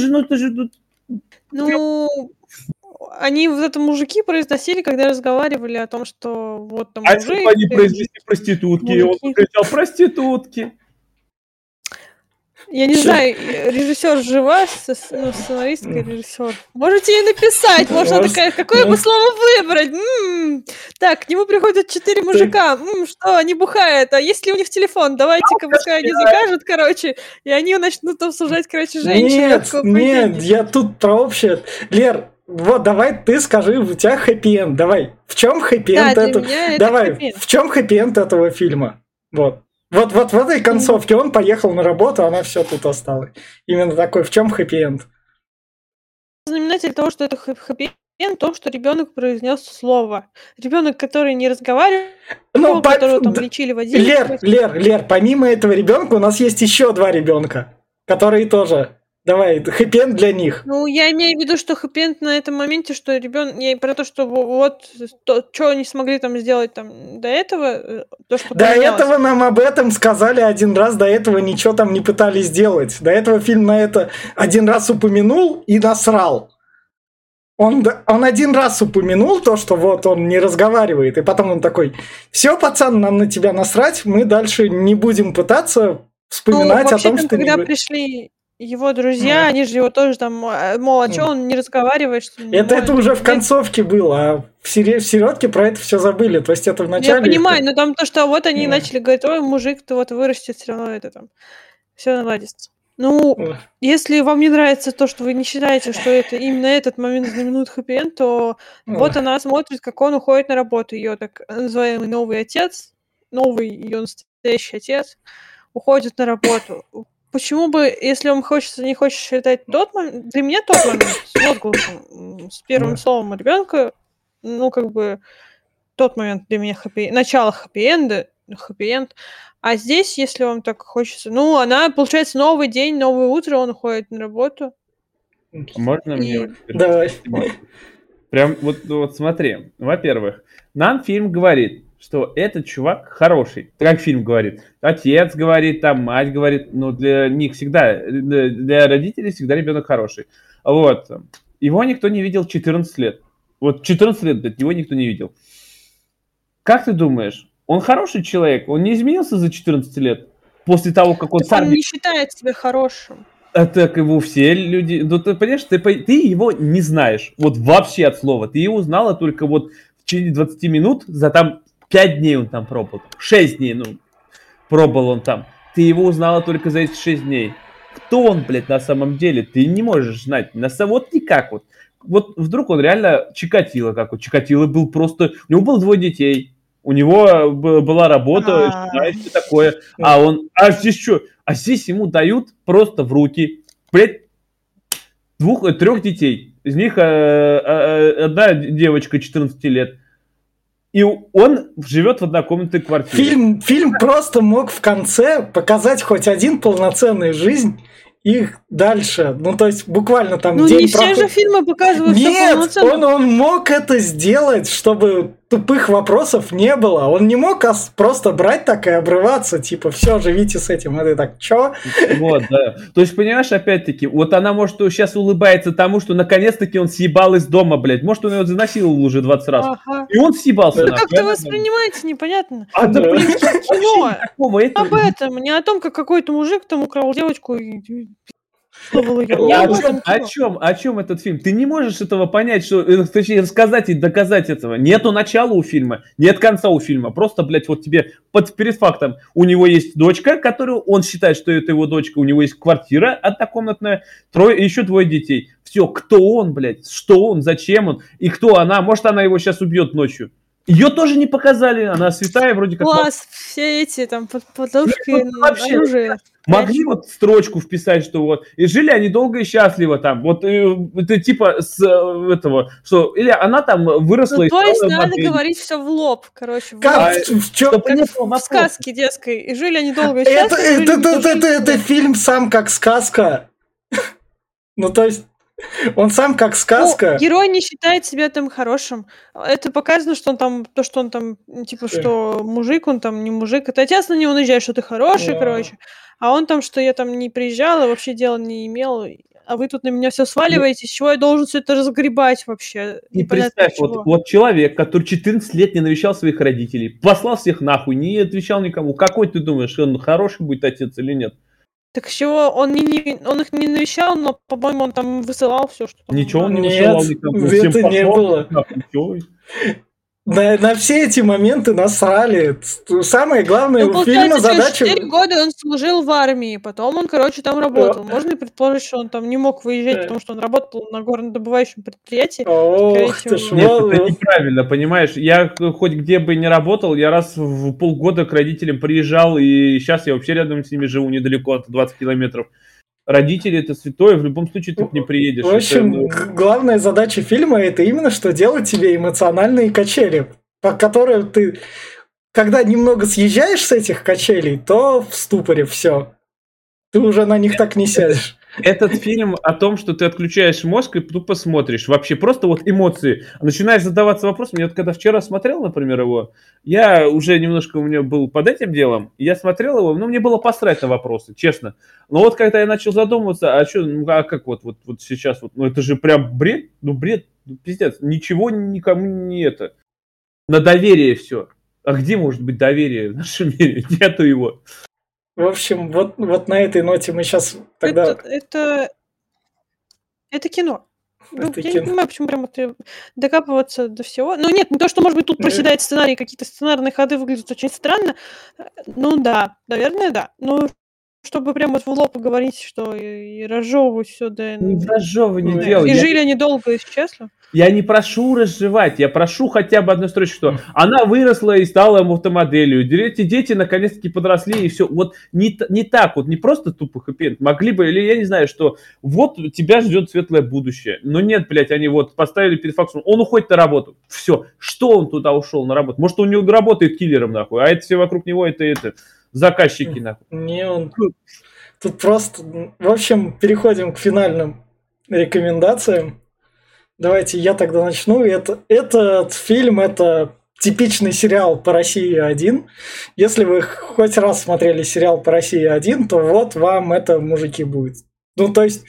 Speaker 2: Ну, они вот это мужики произносили, когда разговаривали о том, что вот там мужик...
Speaker 3: А если бы они произнесли проститутки, и он кричал проститутки.
Speaker 2: Я не знаю, режиссер жива, сценаристка и режиссер. Можете ей написать, можно такая, какое бы слово выбрать? Так, к нему приходят 4 мужика, что, они бухают, а есть ли у них телефон? Давайте-ка, пускай они закажут, короче, и они начнут обсуждать, короче, женщин.
Speaker 1: Нет, я тут про общее. Лер, вот давай ты скажи, у тебя хэппи-энд, давай. В чем хэппи-энд этого? Давай, в чем хэппи-энд этого фильма? Вот. Вот в этой концовке он поехал на работу, она все тут осталась. Именно такой, в чем хэппи-энд?
Speaker 2: Знаменатель того, что это хэппи-энд, то, что ребенок произнес слово. Ребенок, который не разговаривал, которого там лечили, водили.
Speaker 1: Лер, помимо этого ребенка у нас есть еще 2 ребенка, которые тоже. Давай, хэппи-энд для них.
Speaker 2: Ну, я имею в виду, что хэппи-энд на этом моменте, что ребенок... Я про то, что вот то, что они смогли там сделать там до этого, то, что
Speaker 1: до этого нам об этом сказали один раз, до этого ничего там не пытались сделать. До этого фильм на это один раз упомянул и насрал. Он один раз упомянул то, что вот он не разговаривает, и потом он такой: все, пацан, нам на тебя насрать, мы дальше не будем пытаться вспоминать о том, что...
Speaker 2: Когда пришли... Его друзья, они же его тоже там, мол, а что он не разговаривает? Что
Speaker 1: это уже в концовке было, а в середке про это все забыли. То есть это в начале...
Speaker 2: Я понимаю, но там то, что вот они начали говорить: ой, мужик, ты вот вырастет, все равно это там, все наладится. Ну, если вам не нравится то, что вы не считаете, что это именно этот момент знаменует хэппи-энд, то вот она смотрит, как он уходит на работу. Ее так называемый новый отец, новый ее настоящий отец, уходит на работу. Почему бы, если вам не хочешь считать тот момент, для меня тот момент с возгласом, с первым словом ребенка, ну, как бы, тот момент для меня начало хэппи-энда, хэппи-энд. А здесь, если вам так хочется, ну, она, получается, новый день, новое утро, он уходит на работу.
Speaker 3: Можно мне?
Speaker 1: Давай.
Speaker 3: Прям вот смотри, во-первых, нам фильм говорит, что этот чувак хороший. Как фильм говорит? Отец говорит, там мать говорит, но для них всегда, для родителей всегда ребенок хороший. Вот. Его никто не видел 14 лет. Вот 14 лет от него никто не видел. Как ты думаешь, он хороший человек? Он не изменился за 14 лет? После того, как он
Speaker 2: сам... Он не считает себя хорошим.
Speaker 3: А так его все люди... Ну, ты понимаешь, ты его не знаешь. Вот вообще от слова. Ты его узнала только вот в течение 20 минут, за там 5 дней он там пробовал. 6 дней, пробовал он там. Ты его узнала только за эти 6 дней. Кто он, блядь, на самом деле? Ты не можешь знать. Вот никак вот. Вот вдруг он реально Чикатило какой. Чикатило был просто... У него было 2 детей. У него была работа, и все такое. А здесь что? А здесь ему дают просто в руки, блядь, 2-3 детей. Из них одна девочка 14 лет. И он живет в однокомнатной квартире.
Speaker 1: Фильм просто мог в конце показать хоть один полноценную жизнь их дальше. Ну, то есть, буквально там
Speaker 2: день не все же фильмы показывают все полноценно.
Speaker 1: Нет, он мог это сделать, чтобы тупых вопросов не было. Он не мог просто брать так и обрываться, типа, все, живите с этим. Это так, чё?
Speaker 3: Вот, да. То есть, понимаешь, опять-таки, вот она, может, сейчас улыбается тому, что наконец-таки он съебал из дома, блядь. Может, он его заносил уже 20 раз. Ага. И он съебался.
Speaker 2: Ну, как-то воспринимаете непонятно. Да, блин, кино об этом, не о том, как какой-то мужик там украл девочку и...
Speaker 3: О чем этот фильм? Ты не можешь этого понять, точнее, рассказать и доказать этого. Нету начала у фильма, нет конца у фильма. Просто, блядь, вот тебе перед фактом. У него есть дочка, которую он считает, что это его дочка. У него есть квартира однокомнатная, еще 2 детей. Все, кто он, блядь? Что он? Зачем он? И кто она? Может, она его сейчас убьет ночью. Ее тоже не показали, она святая вроде как.
Speaker 2: Класс, все эти там подушки,
Speaker 3: Вообще,
Speaker 2: оружие.
Speaker 3: могли вот строчку вписать, что вот и жили они долго и счастливо там. Вот это типа с этого, что или она там выросла и
Speaker 2: То есть
Speaker 3: стала
Speaker 2: надо
Speaker 3: моделью.
Speaker 2: говорить все в лоб, короче.
Speaker 1: Как? В чём?
Speaker 3: Чтобы не было
Speaker 2: В
Speaker 3: вопросов.
Speaker 2: сказке детской. И жили они долго и счастливо.
Speaker 1: Это фильм сам как сказка. Ну, то есть, он сам как сказка.
Speaker 2: Герой не считает себя там хорошим. Это показано, что он там, типа, что мужик, он там не мужик. Это отец на него наезжает, что ты хороший,
Speaker 1: Да.
Speaker 2: короче. А он там, что я там не приезжала, вообще дела не имел. А вы тут на меня все сваливаете, с чего я должен все это разгребать вообще?
Speaker 3: И
Speaker 2: Непонятно
Speaker 3: представь,
Speaker 2: чего.
Speaker 3: вот человек, который 14 лет не навещал своих родителей, послал всех нахуй, не отвечал никому. Какой ты думаешь, он хороший будет отец или нет?
Speaker 2: Так с чего он их не навещал, но, по-моему, он там высылал все, что там.
Speaker 3: Ничего он не
Speaker 1: Нет,
Speaker 3: высылал никому.
Speaker 1: это
Speaker 3: Всем
Speaker 1: не
Speaker 3: послал,
Speaker 1: было.
Speaker 3: нахуй, ничего.
Speaker 1: На все эти моменты насрали. Самое главное
Speaker 2: Ну,
Speaker 1: у фильма
Speaker 2: получается, через
Speaker 1: задача...
Speaker 2: 4 года он служил в армии, потом он, короче, там работал. Можно и предположить, что он там не мог выезжать, потому что он работал на горнодобывающем предприятии.
Speaker 1: Ох
Speaker 2: Скорее
Speaker 1: ты ж,
Speaker 2: всего.
Speaker 3: Нет,
Speaker 1: вот,
Speaker 3: это
Speaker 1: вот.
Speaker 3: неправильно, понимаешь? Я хоть где бы не работал, я раз в полгода к родителям приезжал, и сейчас я вообще рядом с ними живу недалеко, от 20 километров. Родители — это святое, в любом случае ты к ним приедешь.
Speaker 1: В общем,
Speaker 3: Это,
Speaker 1: главная задача фильма это именно что делать тебе эмоциональные качели, по которым ты, когда немного съезжаешь с этих качелей, то в ступоре все. Ты уже на них так не сядешь.
Speaker 3: Этот фильм о том, что ты отключаешь мозг и тупо смотришь. Вообще просто вот эмоции. Начинаешь задаваться вопросом. Я вот когда вчера смотрел, например, его, я уже немножко у меня был под этим делом, я смотрел его, ну, мне было посрать на вопросы, честно. Но вот когда я начал задумываться, а что, ну, а как вот сейчас, вот, ну, это же прям бред, ну, пиздец, ничего никому не это. На доверие все. А где может быть доверие в нашем мире? Нету его.
Speaker 1: В общем, вот на этой ноте мы сейчас тогда...
Speaker 2: Это кино. Ну,
Speaker 1: Это
Speaker 2: я
Speaker 1: кино.
Speaker 2: не понимаю, почему прям докапываться до всего. Ну, нет, не то, что, может быть, тут проседает сценарий, какие-то сценарные ходы выглядят очень странно. Ну, да, наверное, да. Но чтобы прям вот в лоб говорить, что и разжевывать все, да.
Speaker 3: Не разжевывание
Speaker 1: Ну,
Speaker 3: дело.
Speaker 2: И жили они долго и счастливо.
Speaker 3: Я не прошу разжевать, я прошу хотя бы одну строчку, что она выросла и стала автомоделью. Эти дети наконец-таки подросли, и все. Вот не так, вот не просто тупо хэппи-энд. Могли бы, или я не знаю, что вот тебя ждет светлое будущее. Но нет, блядь, они вот поставили перед фактом, он уходит на работу. Все. Что он туда ушел на работу? Может, он не работает киллером, нахуй, а это все вокруг него, это заказчики, нахуй.
Speaker 1: Не, он... Тут просто... В общем, переходим к финальным рекомендациям. Давайте я тогда начну. Этот фильм – это типичный сериал по России-1. Если вы хоть раз смотрели сериал по России-1, то вот вам это, мужики, будет. Ну, то есть,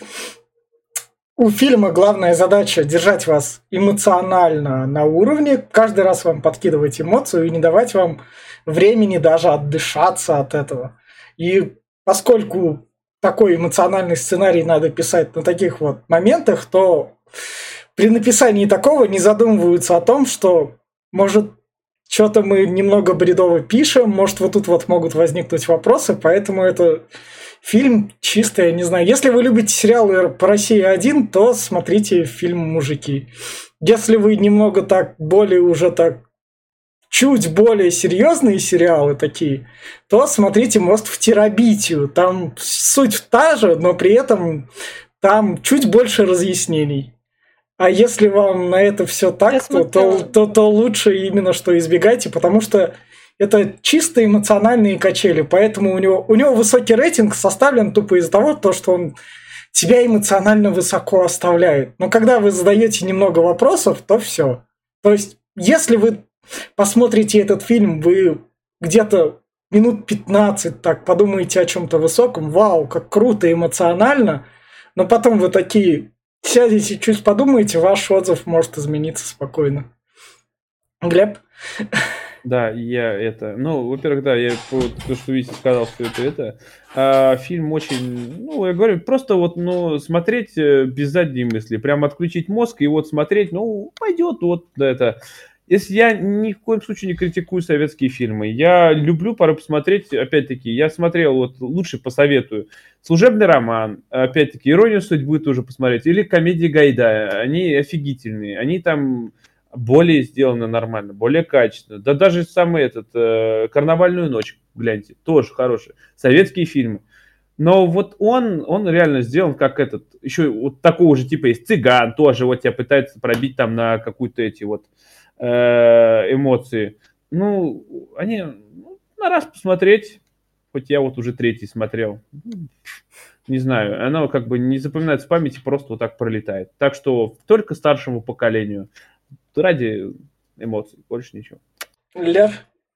Speaker 1: у фильма главная задача – держать вас эмоционально на уровне, каждый раз вам подкидывать эмоцию и не давать вам времени даже отдышаться от этого. И поскольку такой эмоциональный сценарий надо писать на таких вот моментах, то при написании такого не задумываются о том, что, может, что-то мы немного бредово пишем, может, вот тут вот могут возникнуть вопросы, поэтому это фильм чисто, я не знаю. Если вы любите сериалы по России-1, то смотрите фильм «Мужики». Если вы немного так, более уже так, чуть более серьезные сериалы такие, то смотрите «Мост в Терабитию». Там суть та же, но при этом там чуть больше разъяснений. А если вам на это все так, то лучше именно что избегайте, потому что это чисто эмоциональные качели, поэтому у него высокий рейтинг составлен тупо из-за того, что он тебя эмоционально высоко оставляет. Но когда вы задаете немного вопросов, то все. То есть, если вы посмотрите этот фильм, вы где-то минут 15 так подумаете о чем-то высоком, вау, как круто, эмоционально, но потом вы такие... Сядете, чуть подумаете, ваш отзыв может измениться спокойно. Глеб?
Speaker 3: Да, ну, во-первых, да, я то, что Витя сказал, что это фильм очень, ну, я говорю, просто вот, ну, смотреть без задней мысли, прям отключить мозг и вот смотреть, ну, пойдет, вот, да, это. Если я ни в коем случае не критикую советские фильмы, я люблю порой посмотреть, опять-таки, я смотрел, вот лучше посоветую, «Служебный роман», опять-таки, «Иронию судьбы» тоже посмотреть, или комедии Гайдая, они офигительные, они там более сделано нормально, более качественно. Да даже самый этот «Карнавальную ночь», гляньте, тоже хороший. Советские фильмы. Но вот он реально сделан как этот, еще вот такого же типа есть «Цыган», тоже вот тебя пытается пробить там на какую-то эти вот эмоции. Ну, они на раз посмотреть, хоть я вот уже третий смотрел. Не знаю, оно как бы не запоминается в памяти, просто вот так пролетает. Так что только старшему поколению. Ради эмоций, больше ничего.
Speaker 1: Лев?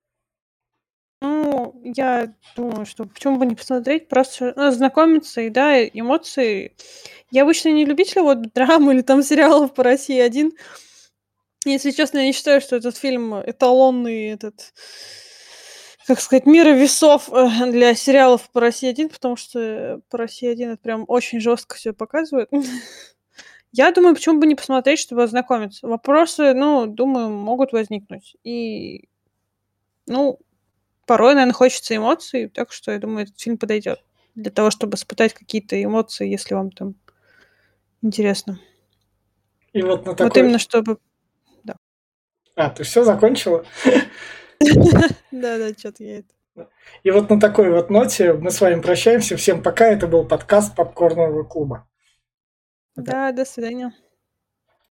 Speaker 2: Ну, я думаю, что почему бы не посмотреть, просто ознакомиться, и да, эмоции. Я обычно не любитель вот драмы или там сериалов по России один. Если честно, я не считаю, что этот фильм эталонный, этот, как сказать, мира весов для сериалов по России один, потому что по России один это прям очень жестко все показывает. Я думаю, почему бы не посмотреть, чтобы ознакомиться. Вопросы, ну, думаю, могут возникнуть. И, ну, порой, наверное, хочется эмоций, так что я думаю, этот фильм подойдет для того, чтобы испытать какие-то эмоции, если вам там интересно.
Speaker 1: И вот на
Speaker 2: Вот
Speaker 1: такой...
Speaker 2: именно чтобы... Да.
Speaker 1: А, ты все закончила?
Speaker 2: Да-да, что-то я это...
Speaker 1: И вот на такой вот ноте мы с вами прощаемся. Всем пока. Это был подкаст Попкорнового клуба.
Speaker 2: Да, до свидания.